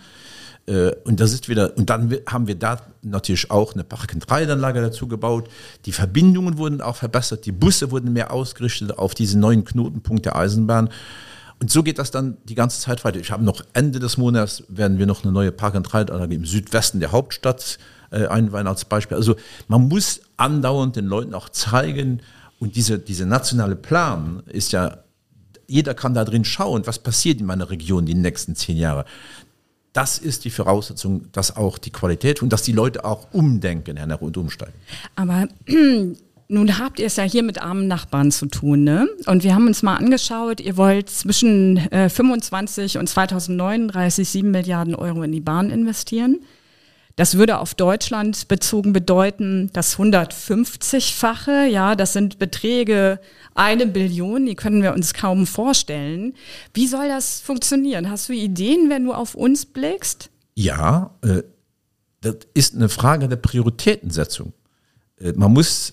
Und dann haben wir da natürlich auch eine Park-and-Ride-Anlage dazu gebaut. Die Verbindungen wurden auch verbessert, die Busse wurden mehr ausgerichtet auf diese neuen Knotenpunkte der Eisenbahn. Und so geht das dann die ganze Zeit weiter. Ich habe noch Ende des Monats werden wir noch eine neue Park-and-Ride-Anlage im Südwesten der Hauptstadt einweihen als Beispiel. Also man muss andauernd den Leuten auch zeigen, und diese nationale Plan ist ja, jeder kann da drin schauen, was passiert in meiner Region die nächsten 10 Jahre. das ist die Voraussetzung, dass auch die Qualität und dass die Leute auch umdenken, Herr Nach, und umsteigen. Aber nun habt ihr es ja hier mit armen Nachbarn zu tun, ne? Und wir haben uns mal angeschaut, ihr wollt zwischen 25 und 2039 7 Milliarden Euro in die Bahn investieren. Das würde auf Deutschland bezogen bedeuten, das 150-fache, ja, das sind Beträge 1 Billion, die können wir uns kaum vorstellen. Wie soll das funktionieren? Hast du Ideen, wenn du auf uns blickst? Ja, das ist eine Frage der Prioritätensetzung. Man muss,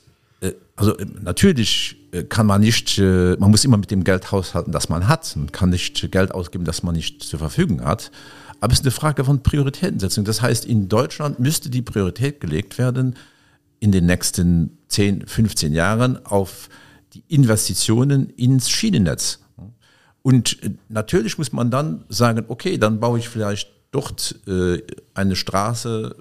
natürlich kann man nicht, man muss immer mit dem Geld haushalten, das man hat. Man kann nicht Geld ausgeben, das man nicht zur Verfügung hat. Aber es ist eine Frage von Prioritätensetzung. Das heißt, in Deutschland müsste die Priorität gelegt werden, in den nächsten 10, 15 Jahren auf die Investitionen ins Schienennetz. Und natürlich muss man dann sagen, okay, dann baue ich vielleicht dort eine Straße.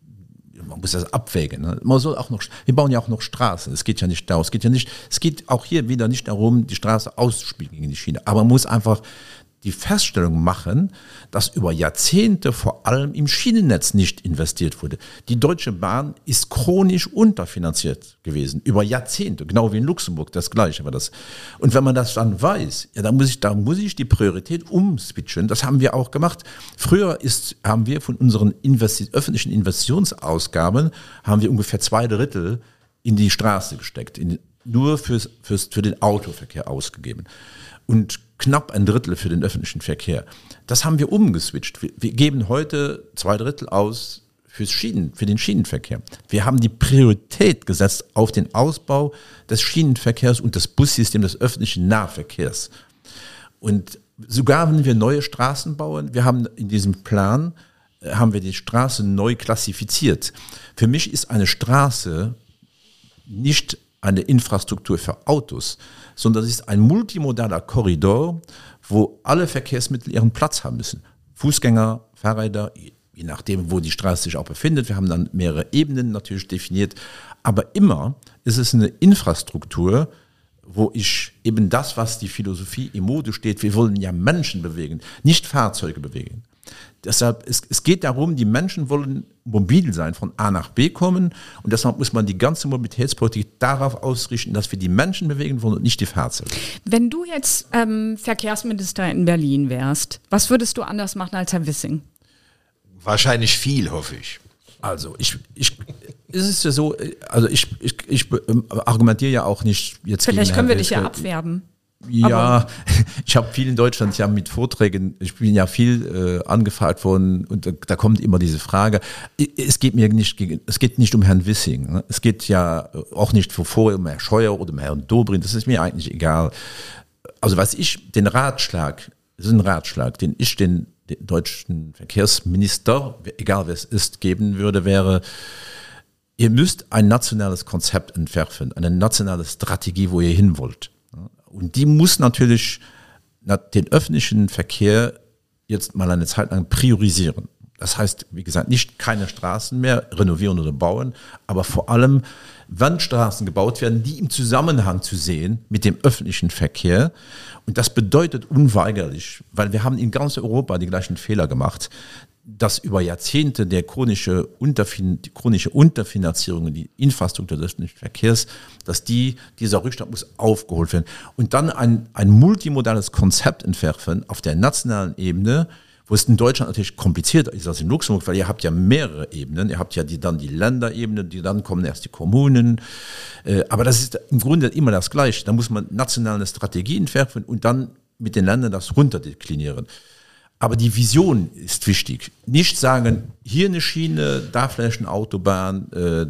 Man muss das abwägen. Ne? Wir bauen ja auch noch Straßen. Es geht ja nicht darum. Es geht auch hier wieder nicht darum, die Straße auszuspielen gegen die Schiene. Aber man muss einfach die Feststellung machen, dass über Jahrzehnte vor allem im Schienennetz nicht investiert wurde. Die Deutsche Bahn ist chronisch unterfinanziert gewesen, über Jahrzehnte, genau wie in Luxemburg, das Gleiche war das. Und wenn man das dann weiß, ja, dann muss ich die Priorität umswitchen. Das haben wir auch gemacht. Früher haben wir von unseren öffentlichen Investitionsausgaben haben wir ungefähr 2/3 in die Straße gesteckt, nur für den Autoverkehr ausgegeben. Und knapp 1/3 für den öffentlichen Verkehr. Das haben wir umgeswitcht. Wir geben heute 2/3 aus für den Schienenverkehr. Wir haben die Priorität gesetzt auf den Ausbau des Schienenverkehrs und des Bussystems des öffentlichen Nahverkehrs. Und sogar wenn wir neue Straßen bauen, wir haben in diesem Plan, haben wir die Straßen neu klassifiziert. Für mich ist eine Straße nicht eine Infrastruktur für Autos, sondern es ist ein multimodaler Korridor, wo alle Verkehrsmittel ihren Platz haben müssen. Fußgänger, Fahrräder, je nachdem, wo die Straße sich auch befindet. Wir haben dann mehrere Ebenen natürlich definiert. Aber immer ist es eine Infrastruktur, wo ich eben das, was die Philosophie im Mode steht, wir wollen ja Menschen bewegen, nicht Fahrzeuge bewegen. Deshalb, es geht darum, die Menschen wollen mobil sein, von A nach B kommen und deshalb muss man die ganze Mobilitätspolitik darauf ausrichten, dass wir die Menschen bewegen wollen und nicht die Fahrzeuge. Wenn du jetzt Verkehrsminister in Berlin wärst, was würdest du anders machen als Herr Wissing? Wahrscheinlich viel, hoffe ich. Also es ist ja so, also ich argumentiere ja auch nicht jetzt Vielleicht gegen können wir Herrn dich ja Elske. abwerben. Ja, ich habe viel in Deutschland, ich habe mit Vorträgen, ich bin ja viel angefragt worden und da kommt immer diese Frage. Es geht nicht um Herrn Wissing, ne? Es geht ja auch nicht vorher um Herrn Scheuer oder um Herrn Dobrindt, das ist mir eigentlich egal. Also das ist ein Ratschlag, den ich den deutschen Verkehrsminister, egal wer es ist, geben würde, wäre: Ihr müsst ein nationales Konzept entwerfen, eine nationale Strategie, wo ihr hin wollt. Und die muss natürlich den öffentlichen Verkehr jetzt mal eine Zeit lang priorisieren. Das heißt, wie gesagt, nicht keine Straßen mehr renovieren oder bauen, aber vor allem, wenn Straßen gebaut werden, die im Zusammenhang zu sehen mit dem öffentlichen Verkehr. Und das bedeutet unweigerlich, weil wir haben in ganz Europa die gleichen Fehler gemacht, dass über Jahrzehnte die chronische Unterfinanzierung, die Infrastruktur des öffentlichen Verkehrs, dass dieser Rückstand muss aufgeholt werden. Und dann ein multimodales Konzept entwerfen auf der nationalen Ebene, wo es in Deutschland natürlich komplizierter ist als in Luxemburg, weil ihr habt ja mehrere Ebenen. Ihr habt ja dann die Länderebene, dann kommen erst die Kommunen. Aber das ist im Grunde immer das Gleiche. Da muss man nationale Strategien entwerfen und dann mit den Ländern das runterdeklinieren. Aber die Vision ist wichtig. Nicht sagen, hier eine Schiene, da vielleicht eine Autobahn,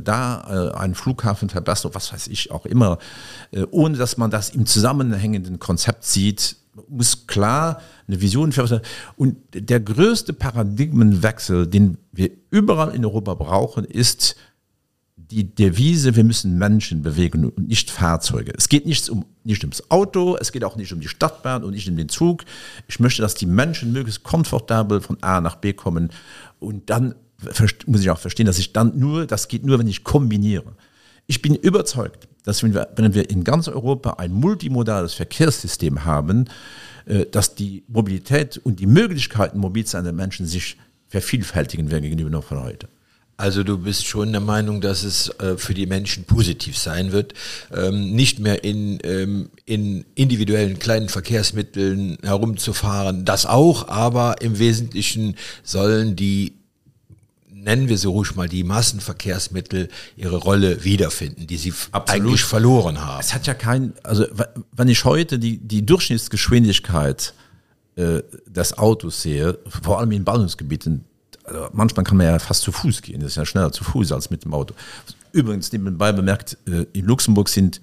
da ein Flughafen verbessert, was weiß ich auch immer. Ohne dass man das im zusammenhängenden Konzept sieht, muss klar eine Vision für. Und der größte Paradigmenwechsel, den wir überall in Europa brauchen, ist die Devise: Wir müssen Menschen bewegen und nicht Fahrzeuge. Es geht nicht ums Auto, es geht auch nicht um die Stadtbahn und nicht um den Zug. Ich möchte, dass die Menschen möglichst komfortabel von A nach B kommen. Und dann muss ich auch verstehen, das geht nur, wenn ich kombiniere. Ich bin überzeugt, dass wenn wir in ganz Europa ein multimodales Verkehrssystem haben, dass die Mobilität und die Möglichkeiten, mobil zu sein der Menschen sich vervielfältigen wir gegenüber noch von heute. Also du bist schon der Meinung, dass es für die Menschen positiv sein wird, nicht mehr in individuellen kleinen Verkehrsmitteln herumzufahren. Das auch, aber im Wesentlichen sollen die, nennen wir so ruhig mal, die Massenverkehrsmittel ihre Rolle wiederfinden, die sie eigentlich verloren haben. Es hat ja also wenn ich heute die Durchschnittsgeschwindigkeit des Autos sehe, vor allem in Ballungsgebieten, also manchmal kann man ja fast zu Fuß gehen, das ist ja schneller zu Fuß als mit dem Auto. Übrigens nebenbei bemerkt, in Luxemburg sind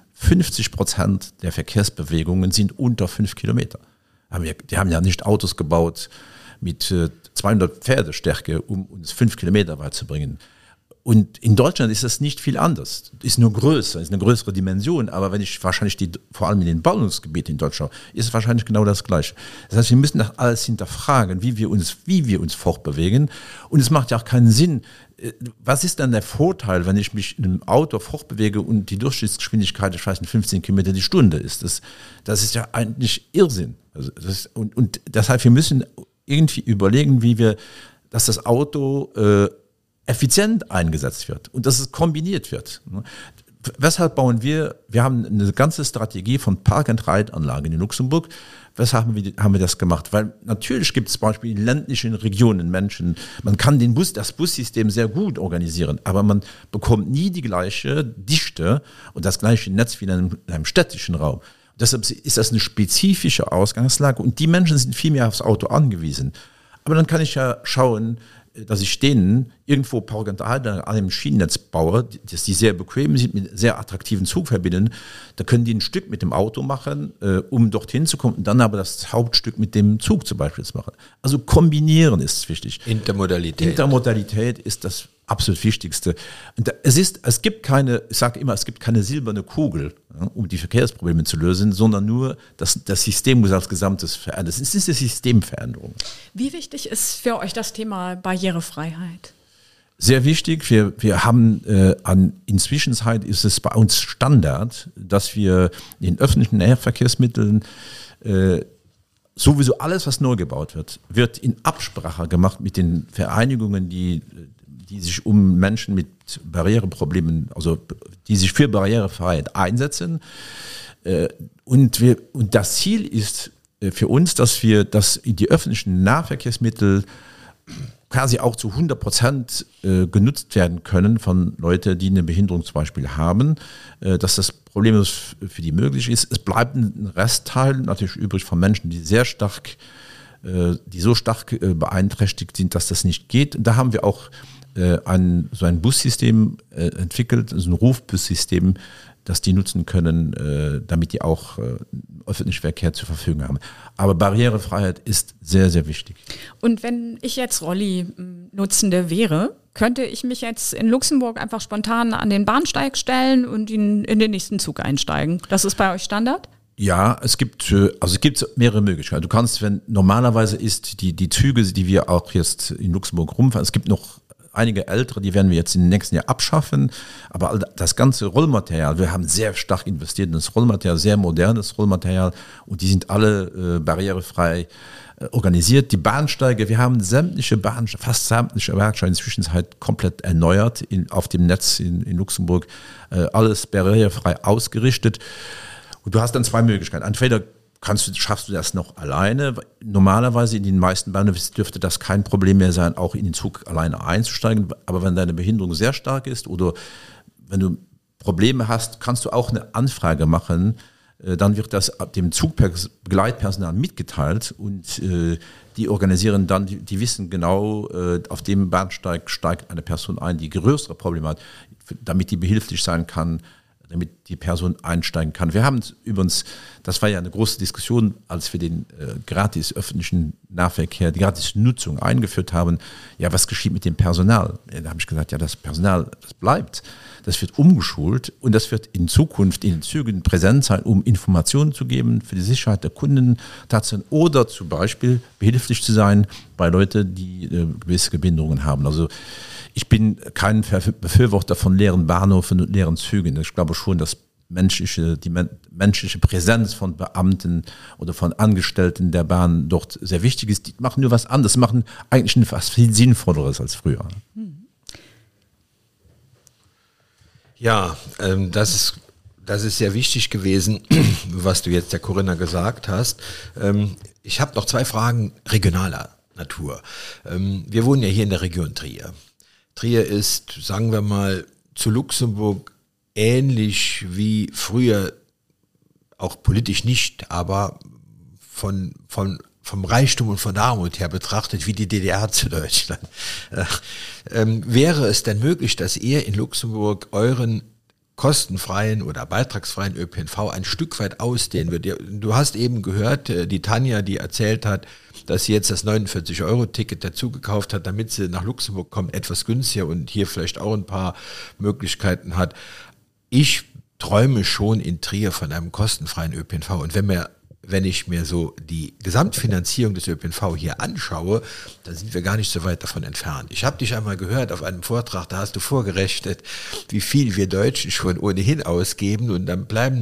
50% der Verkehrsbewegungen sind unter 5 Kilometer. Die haben ja nicht Autos gebaut mit 200 Pferdestärke, um uns 5 Kilometer weit zu bringen. Und in Deutschland ist das nicht viel anders. Ist nur größer, ist eine größere Dimension, aber wenn ich wahrscheinlich vor allem in den Ballungsgebieten in Deutschland, ist es wahrscheinlich genau das Gleiche. Das heißt, wir müssen das alles hinterfragen, wie wir uns fortbewegen. Und es macht ja auch keinen Sinn. Was ist dann der Vorteil, wenn ich mich in einem Auto fortbewege und die Durchschnittsgeschwindigkeit, ich weiß nicht, 15 Kilometer die Stunde ist? Das ist ja eigentlich Irrsinn. Also und deshalb, wir müssen irgendwie überlegen, dass das Auto effizient eingesetzt wird und dass es kombiniert wird. Weshalb wir haben eine ganze Strategie von Park-and-Ride-Anlagen in Luxemburg. Weshalb haben wir das gemacht? Weil natürlich gibt es zum Beispiel in ländlichen Regionen Menschen, man kann das Bussystem sehr gut organisieren, aber man bekommt nie die gleiche Dichte und das gleiche Netz wie in einem städtischen Raum. Deshalb ist das eine spezifische Ausgangslage und die Menschen sind viel mehr aufs Auto angewiesen. Aber dann kann ich ja schauen, dass ich denen irgendwo Park-and-Ride an einem Schienennetz baue, dass die sehr bequem sind, mit sehr attraktiven Zugverbindungen. Da können die ein Stück mit dem Auto machen, um dorthin zu kommen und dann aber das Hauptstück mit dem Zug zum Beispiel zu machen. Also kombinieren ist wichtig. Intermodalität ist das absolut Wichtigste. Und es gibt keine silberne Kugel, um die Verkehrsprobleme zu lösen, sondern nur das System muss als Gesamtes verändern. Es ist eine Systemveränderung. Wie wichtig ist für euch das Thema Barrierefreiheit? Sehr wichtig. Wir haben inzwischen ist es bei uns Standard, dass wir in öffentlichen Nahverkehrsmitteln sowieso alles, was neu gebaut wird in Absprache gemacht mit den Vereinigungen, die sich um Menschen mit Barriereproblemen, also die sich für Barrierefreiheit einsetzen. Und das Ziel ist für uns, dass wir die öffentlichen Nahverkehrsmittel quasi auch zu 100% genutzt werden können von Leuten, die eine Behinderung zum Beispiel haben, dass das problemlos für die möglich ist. Es bleibt ein Restteil natürlich übrig von Menschen, die so stark beeinträchtigt sind, dass das nicht geht. Und da haben wir auch so ein Bussystem entwickelt, so ein Rufbussystem, das die nutzen können, damit die auch öffentlichen Verkehr zur Verfügung haben. Aber Barrierefreiheit ist sehr, sehr wichtig. Und wenn ich jetzt Rolli-Nutzende wäre, könnte ich mich jetzt in Luxemburg einfach spontan an den Bahnsteig stellen und in den nächsten Zug einsteigen? Das ist bei euch Standard? Ja, es gibt mehrere Möglichkeiten. Du kannst, normalerweise ist die Züge, die wir auch jetzt in Luxemburg rumfahren, es gibt noch einige ältere, die werden wir jetzt im nächsten Jahr abschaffen, aber das ganze Rollmaterial, wir haben sehr stark investiert in das Rollmaterial, sehr modernes Rollmaterial und die sind alle barrierefrei organisiert. Die Bahnsteige, wir haben fast sämtliche Bahnsteige inzwischen komplett erneuert auf dem Netz in Luxemburg, alles barrierefrei ausgerichtet. Und du hast dann zwei Möglichkeiten. Entweder schaffst du das noch alleine. Normalerweise in den meisten Bahnen dürfte das kein Problem mehr sein, auch in den Zug alleine einzusteigen. Aber wenn deine Behinderung sehr stark ist oder wenn du Probleme hast, kannst du auch eine Anfrage machen. Dann wird das dem Zugbegleitpersonal mitgeteilt und die organisieren dann, die wissen genau, auf dem Bahnsteig steigt eine Person ein, die größere Probleme hat, damit die behilflich sein kann, damit die Person einsteigen kann. Wir haben übrigens, das war ja eine große Diskussion, als wir den gratis öffentlichen Nahverkehr, die gratis Nutzung eingeführt haben. Ja, was geschieht mit dem Personal? Ja, da habe ich gesagt, ja, das Personal, das bleibt. Das wird umgeschult und das wird in Zukunft in den Zügen präsent sein, um Informationen zu geben für die Sicherheit der Kunden oder zum Beispiel behilflich zu sein bei Leuten, die gewisse Behinderungen haben. Also ich bin kein Befürworter von leeren Bahnhöfen und leeren Zügen. Ich glaube schon, dass menschliche Präsenz von Beamten oder von Angestellten der Bahn dort sehr wichtig ist. Die machen nur was anderes, machen eigentlich was viel Sinnvolleres als früher. Ja, das ist sehr wichtig gewesen, was du jetzt der Corinna gesagt hast. Ich habe noch 2 Fragen regionaler Natur. Wir wohnen ja hier in der Region Trier. Trier ist, sagen wir mal, zu Luxemburg ähnlich wie früher, auch politisch nicht, aber vom Reichtum und von der Armut her betrachtet wie die DDR zu Deutschland. Wäre es denn möglich, dass ihr in Luxemburg euren kostenfreien oder beitragsfreien ÖPNV ein Stück weit ausdehnen würdet? Du hast eben gehört, die Tanja, die erzählt hat, dass sie jetzt das 49-Euro-Ticket dazu gekauft hat, damit sie nach Luxemburg kommt, etwas günstiger und hier vielleicht auch ein paar Möglichkeiten hat. Ich träume schon in Trier von einem kostenfreien ÖPNV. Und wenn ich mir so die Gesamtfinanzierung des ÖPNV hier anschaue, dann sind wir gar nicht so weit davon entfernt. Ich habe dich einmal gehört auf einem Vortrag, da hast du vorgerechnet, wie viel wir Deutschen schon ohnehin ausgeben und dann bleiben,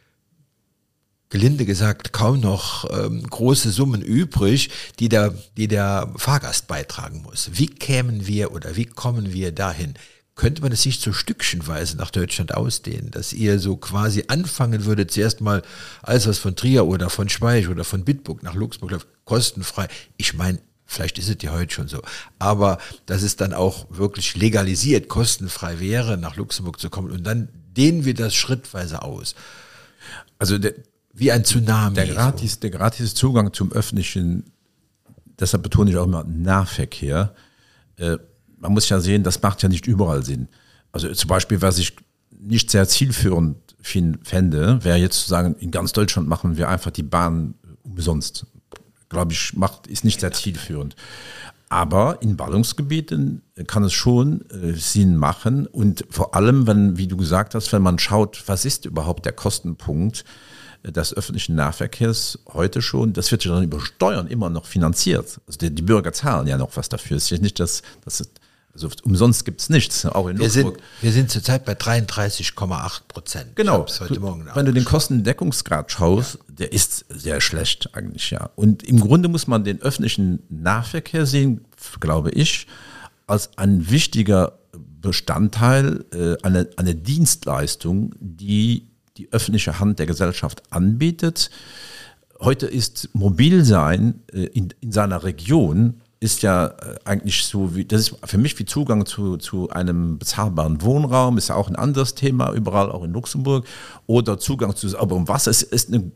gelinde gesagt, kaum noch große Summen übrig, die der Fahrgast beitragen muss. Wie kämen wir oder wie kommen wir dahin? Könnte man es nicht so stückchenweise nach Deutschland ausdehnen, dass ihr so quasi anfangen würdet, zuerst mal alles, was von Trier oder von Schweich oder von Bitburg nach Luxemburg läuft, kostenfrei. Ich meine, vielleicht ist es ja heute schon so, aber dass es dann auch wirklich legalisiert, kostenfrei wäre, nach Luxemburg zu kommen und dann dehnen wir das schrittweise aus. Also wie ein Tsunami. Der gratis Zugang zum öffentlichen, deshalb betone ich auch immer Nahverkehr. Man muss ja sehen, das macht ja nicht überall Sinn. Also zum Beispiel, was ich nicht sehr zielführend fände, wäre jetzt zu sagen, in ganz Deutschland machen wir einfach die Bahn umsonst. Glaube ich, ist nicht sehr zielführend. Aber in Ballungsgebieten kann es schon Sinn machen und vor allem, wenn, wie du gesagt hast, wenn man schaut, was ist überhaupt der Kostenpunkt des öffentlichen Nahverkehrs heute schon, das wird ja dann über Steuern immer noch finanziert. Also die Bürger zahlen ja noch was dafür. Es ist ja nicht, dass also umsonst gibt es nichts, auch in Luxemburg. Wir sind zurzeit bei 33,8%. Genau. Heute Morgen wenn du den Kostendeckungsgrad schaust, der ist sehr schlecht eigentlich, ja. Und im Grunde muss man den öffentlichen Nahverkehr sehen, glaube ich, als ein wichtiger Bestandteil, eine Dienstleistung, die öffentliche Hand der Gesellschaft anbietet. Heute ist Mobilsein in seiner Region ist ja eigentlich so, das ist für mich wie Zugang zu einem bezahlbaren Wohnraum, ist ja auch ein anderes Thema, überall auch in Luxemburg, oder Zugang zu sauberem Wasser. Es ist eine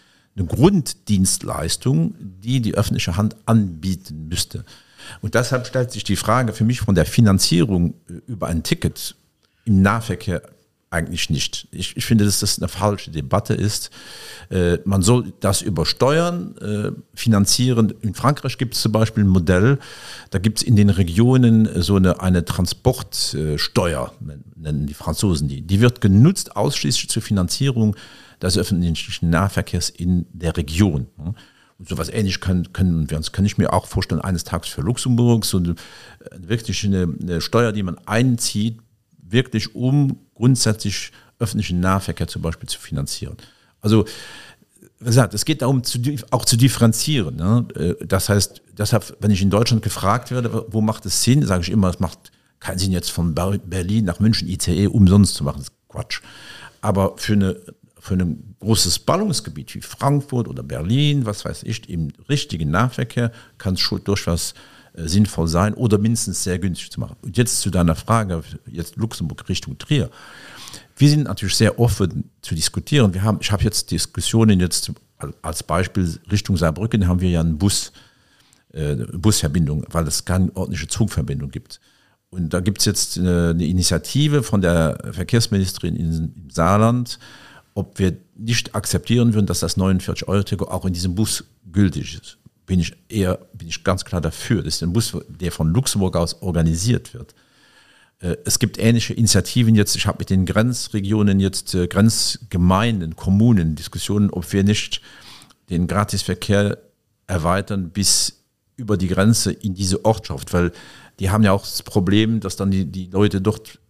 Grunddienstleistung, die öffentliche Hand anbieten müsste. Und deshalb stellt sich die Frage für mich von der Finanzierung über ein Ticket im Nahverkehr eigentlich nicht. Ich finde, dass das eine falsche Debatte ist. Man soll das über Steuern finanzieren. In Frankreich gibt es zum Beispiel ein Modell, da gibt es in den Regionen so eine Transportsteuer, nennen die Franzosen die. Die wird genutzt ausschließlich zur Finanzierung des öffentlichen Nahverkehrs in der Region. Und sowas ähnlich kann ich mir auch vorstellen, eines Tages für Luxemburg, so wirklich eine Steuer, die man einzieht, wirklich um grundsätzlich öffentlichen Nahverkehr zum Beispiel zu finanzieren. Also, wie gesagt, es geht darum, auch zu differenzieren. Ne? Das heißt, deshalb, wenn ich in Deutschland gefragt werde, wo macht es Sinn, sage ich immer, es macht keinen Sinn, jetzt von Berlin nach München ICE umsonst zu machen. Das ist Quatsch. Aber für ein großes Ballungsgebiet wie Frankfurt oder Berlin, was weiß ich, im richtigen Nahverkehr kann es schon durchaus sinnvoll sein oder mindestens sehr günstig zu machen. Und jetzt zu deiner Frage, jetzt Luxemburg Richtung Trier. Wir sind natürlich sehr offen zu diskutieren. Ich habe jetzt Diskussionen jetzt als Beispiel Richtung Saarbrücken haben wir ja eine Busverbindung, weil es keine ordentliche Zugverbindung gibt. Und da gibt es jetzt eine Initiative von der Verkehrsministerin im Saarland, ob wir nicht akzeptieren würden, dass das 49-Euro-Ticket auch in diesem Bus gültig ist. Bin ich ganz klar dafür. Das ist ein Bus, der von Luxemburg aus organisiert wird. Es gibt ähnliche Initiativen jetzt. Ich habe mit den Grenzregionen jetzt, Grenzgemeinden, Kommunen Diskussionen, ob wir nicht den Gratisverkehr erweitern bis über die Grenze in diese Ortschaft, weil die haben ja auch das Problem, dass dann die Leute dort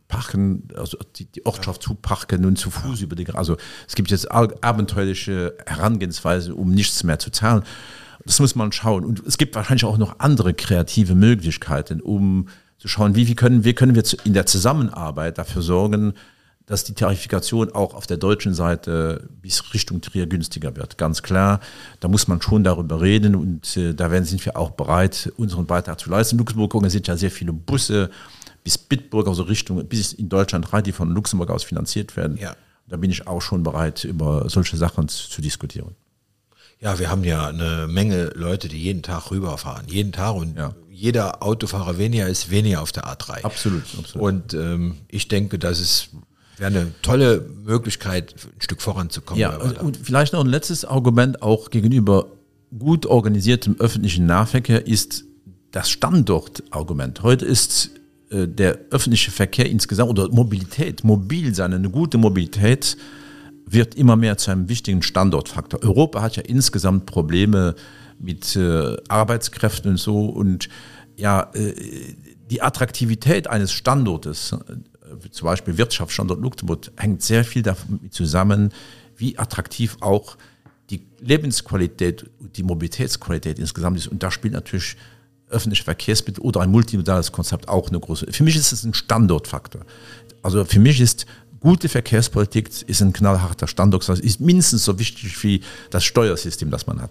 Parken, also die Ortschaft zu parken und zu Fuß über die, also es gibt jetzt abenteuerliche Herangehensweise, um nichts mehr zu zahlen. Das muss man schauen. Und es gibt wahrscheinlich auch noch andere kreative Möglichkeiten, um zu schauen, wie können wir in der Zusammenarbeit dafür sorgen, dass die Tarifikation auch auf der deutschen Seite bis Richtung Trier günstiger wird. Ganz klar, da muss man schon darüber reden und sind wir auch bereit, unseren Beitrag zu leisten. Luxemburg organisiert ja sehr viele Busse bis Bitburg, also Richtung, bis in Deutschland rein, die von Luxemburg aus finanziert werden. Ja. Da bin ich auch schon bereit, über solche Sachen zu diskutieren. Ja, wir haben ja eine Menge Leute, die jeden Tag rüberfahren. Jeden Tag und jeder Autofahrer weniger ist weniger auf der A3. Absolut. Und ich denke, das wäre eine tolle Möglichkeit, ein Stück voranzukommen. Ja, und vielleicht noch ein letztes Argument auch gegenüber gut organisiertem öffentlichen Nahverkehr ist das Standortargument. Heute ist der öffentliche Verkehr insgesamt oder mobil sein, eine gute Mobilität wird immer mehr zu einem wichtigen Standortfaktor. Europa hat ja insgesamt Probleme mit Arbeitskräften und so und die Attraktivität eines Standortes, zum Beispiel Wirtschaftsstandort Luxemburg, hängt sehr viel damit zusammen, wie attraktiv auch die Lebensqualität und die Mobilitätsqualität insgesamt ist. Und da spielt natürlich öffentliche Verkehrsmittel oder ein multimodales Konzept auch eine große. Für mich ist es ein Standortfaktor. Also für mich ist gute Verkehrspolitik ist ein knallharter Standort, ist mindestens so wichtig wie das Steuersystem, das man hat.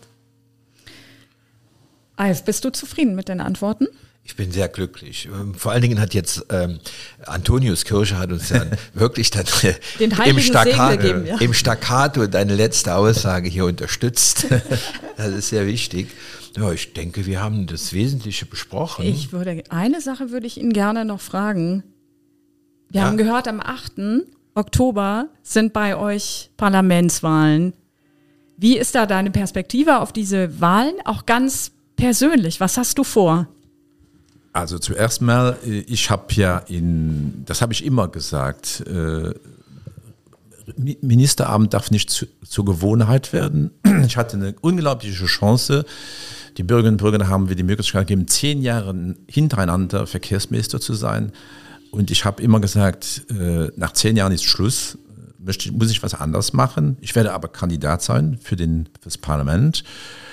Alf, bist du zufrieden mit den Antworten? Ich bin sehr glücklich. Vor allen Dingen hat jetzt Antonius Kirche hat uns dann wirklich dann im Staccato deine letzte Aussage hier unterstützt. Das ist sehr wichtig. Ja, ich denke, wir haben das Wesentliche besprochen. Eine Sache würde ich Ihnen gerne noch fragen. Wir haben gehört, am 8. Oktober sind bei euch Parlamentswahlen. Wie ist da deine Perspektive auf diese Wahlen? Auch ganz persönlich, was hast du vor? Also zuerst mal, ich habe das habe ich immer gesagt, Ministeramt darf nicht zur Gewohnheit werden. Ich hatte eine unglaubliche Chance. Die Bürgerinnen und Bürger haben mir die Möglichkeit gegeben, 10 Jahre hintereinander Verkehrsminister zu sein. Und ich habe immer gesagt, nach 10 Jahren ist Schluss, muss ich was anderes machen. Ich werde aber Kandidat sein fürs Parlament.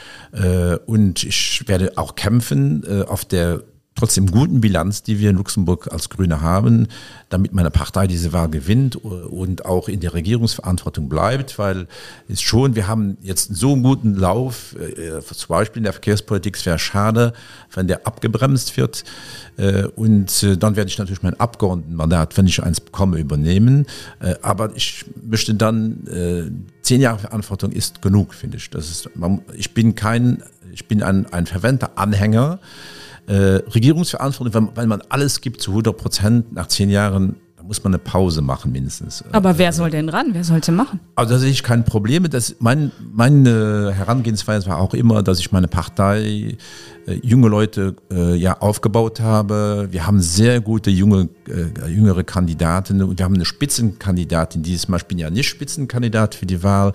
Und ich werde auch kämpfen auf der trotzdem guten Bilanz, die wir in Luxemburg als Grüne haben, damit meine Partei diese Wahl gewinnt und auch in der Regierungsverantwortung bleibt, weil wir haben jetzt so einen guten Lauf, zum Beispiel in der Verkehrspolitik, es wäre schade, wenn der abgebremst wird und dann werde ich natürlich mein Abgeordnetenmandat, wenn ich eins bekomme, übernehmen, aber ich möchte dann 10 Jahre Verantwortung ist genug, finde ich. Ich bin ein verwandter Anhänger Regierungsverantwortung, wenn man alles gibt zu 100% nach 10 Jahren, da muss man eine Pause machen mindestens. Aber wer soll denn ran? Wer sollte machen? Also da sehe ich keine Probleme. Meine Herangehensweise war auch immer, dass ich meine Partei junge Leute aufgebaut habe. Wir haben sehr gute jüngere Kandidaten und wir haben eine Spitzenkandidatin dieses Mal. Ich bin ja nicht Spitzenkandidat für die Wahl.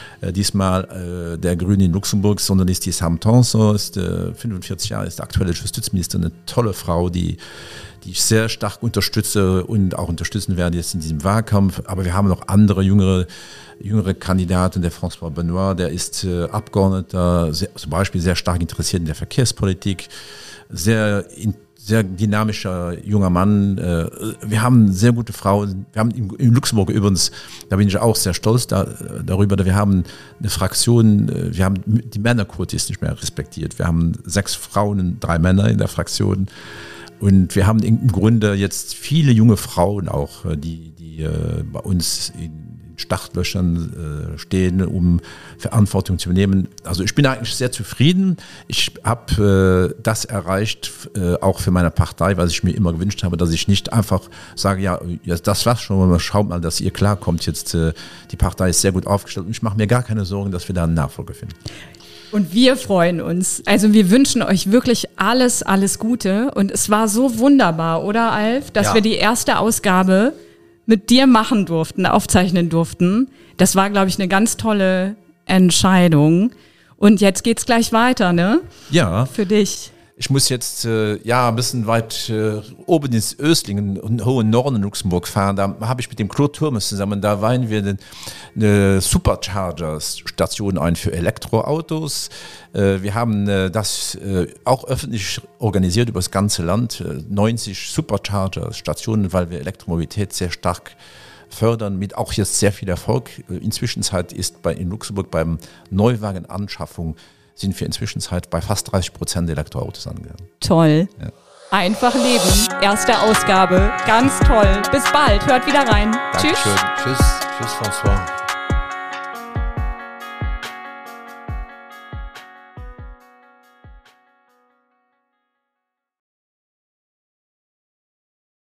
Diesmal der Grüne in Luxemburg, sondern ist die Sam Tanson, ist 45 Jahre, ist aktuelle Justizministerin, eine tolle Frau, die ich sehr stark unterstütze und auch unterstützen werde jetzt in diesem Wahlkampf. Aber wir haben noch andere jüngere Kandidaten, der François Benoit, der ist Abgeordneter, zum Beispiel sehr stark interessiert in der Verkehrspolitik, sehr dynamischer junger Mann. Wir haben sehr gute Frauen. Wir haben in Luxemburg übrigens, da bin ich auch sehr stolz darüber, wir haben eine Fraktion, die Männerquote ist nicht mehr respektiert. Wir haben 6 Frauen und 3 Männer in der Fraktion. Und wir haben im Grunde jetzt viele junge Frauen auch, die bei uns in Startlöchern stehen, um Verantwortung zu übernehmen. Also ich bin eigentlich sehr zufrieden. Ich habe das erreicht, auch für meine Partei, was ich mir immer gewünscht habe, dass ich nicht einfach sage, ja, das war's schon, schaut mal, dass ihr klarkommt. Jetzt die Partei ist sehr gut aufgestellt und ich mache mir gar keine Sorgen, dass wir da einen Nachfolger finden. Und wir freuen uns. Also wir wünschen euch wirklich alles Gute. Und es war so wunderbar, oder Alf, dass wir die erste Ausgabe mit dir machen durften, aufzeichnen durften. Das war, glaube ich, eine ganz tolle Entscheidung. Und jetzt geht's gleich weiter, ne? Ja. Für dich. Ich muss jetzt ein bisschen weit oben ins Öslingen und hohen Norden in Luxemburg fahren. Da habe ich mit dem Claude Turmes zusammen, da weihen wir eine Supercharger-Station ein für Elektroautos. Wir haben das auch öffentlich organisiert über das ganze Land, 90 Supercharger-Stationen, weil wir Elektromobilität sehr stark fördern, mit auch jetzt sehr viel Erfolg. Inzwischen ist in Luxemburg beim Neuwagenanschaffung sind wir inzwischen bei fast 30% der Elektroautos angegangen. Toll. Ja. Einfach leben. Erste Ausgabe. Ganz toll. Bis bald. Hört wieder rein. Dankeschön. Tschüss. Tschüss, François.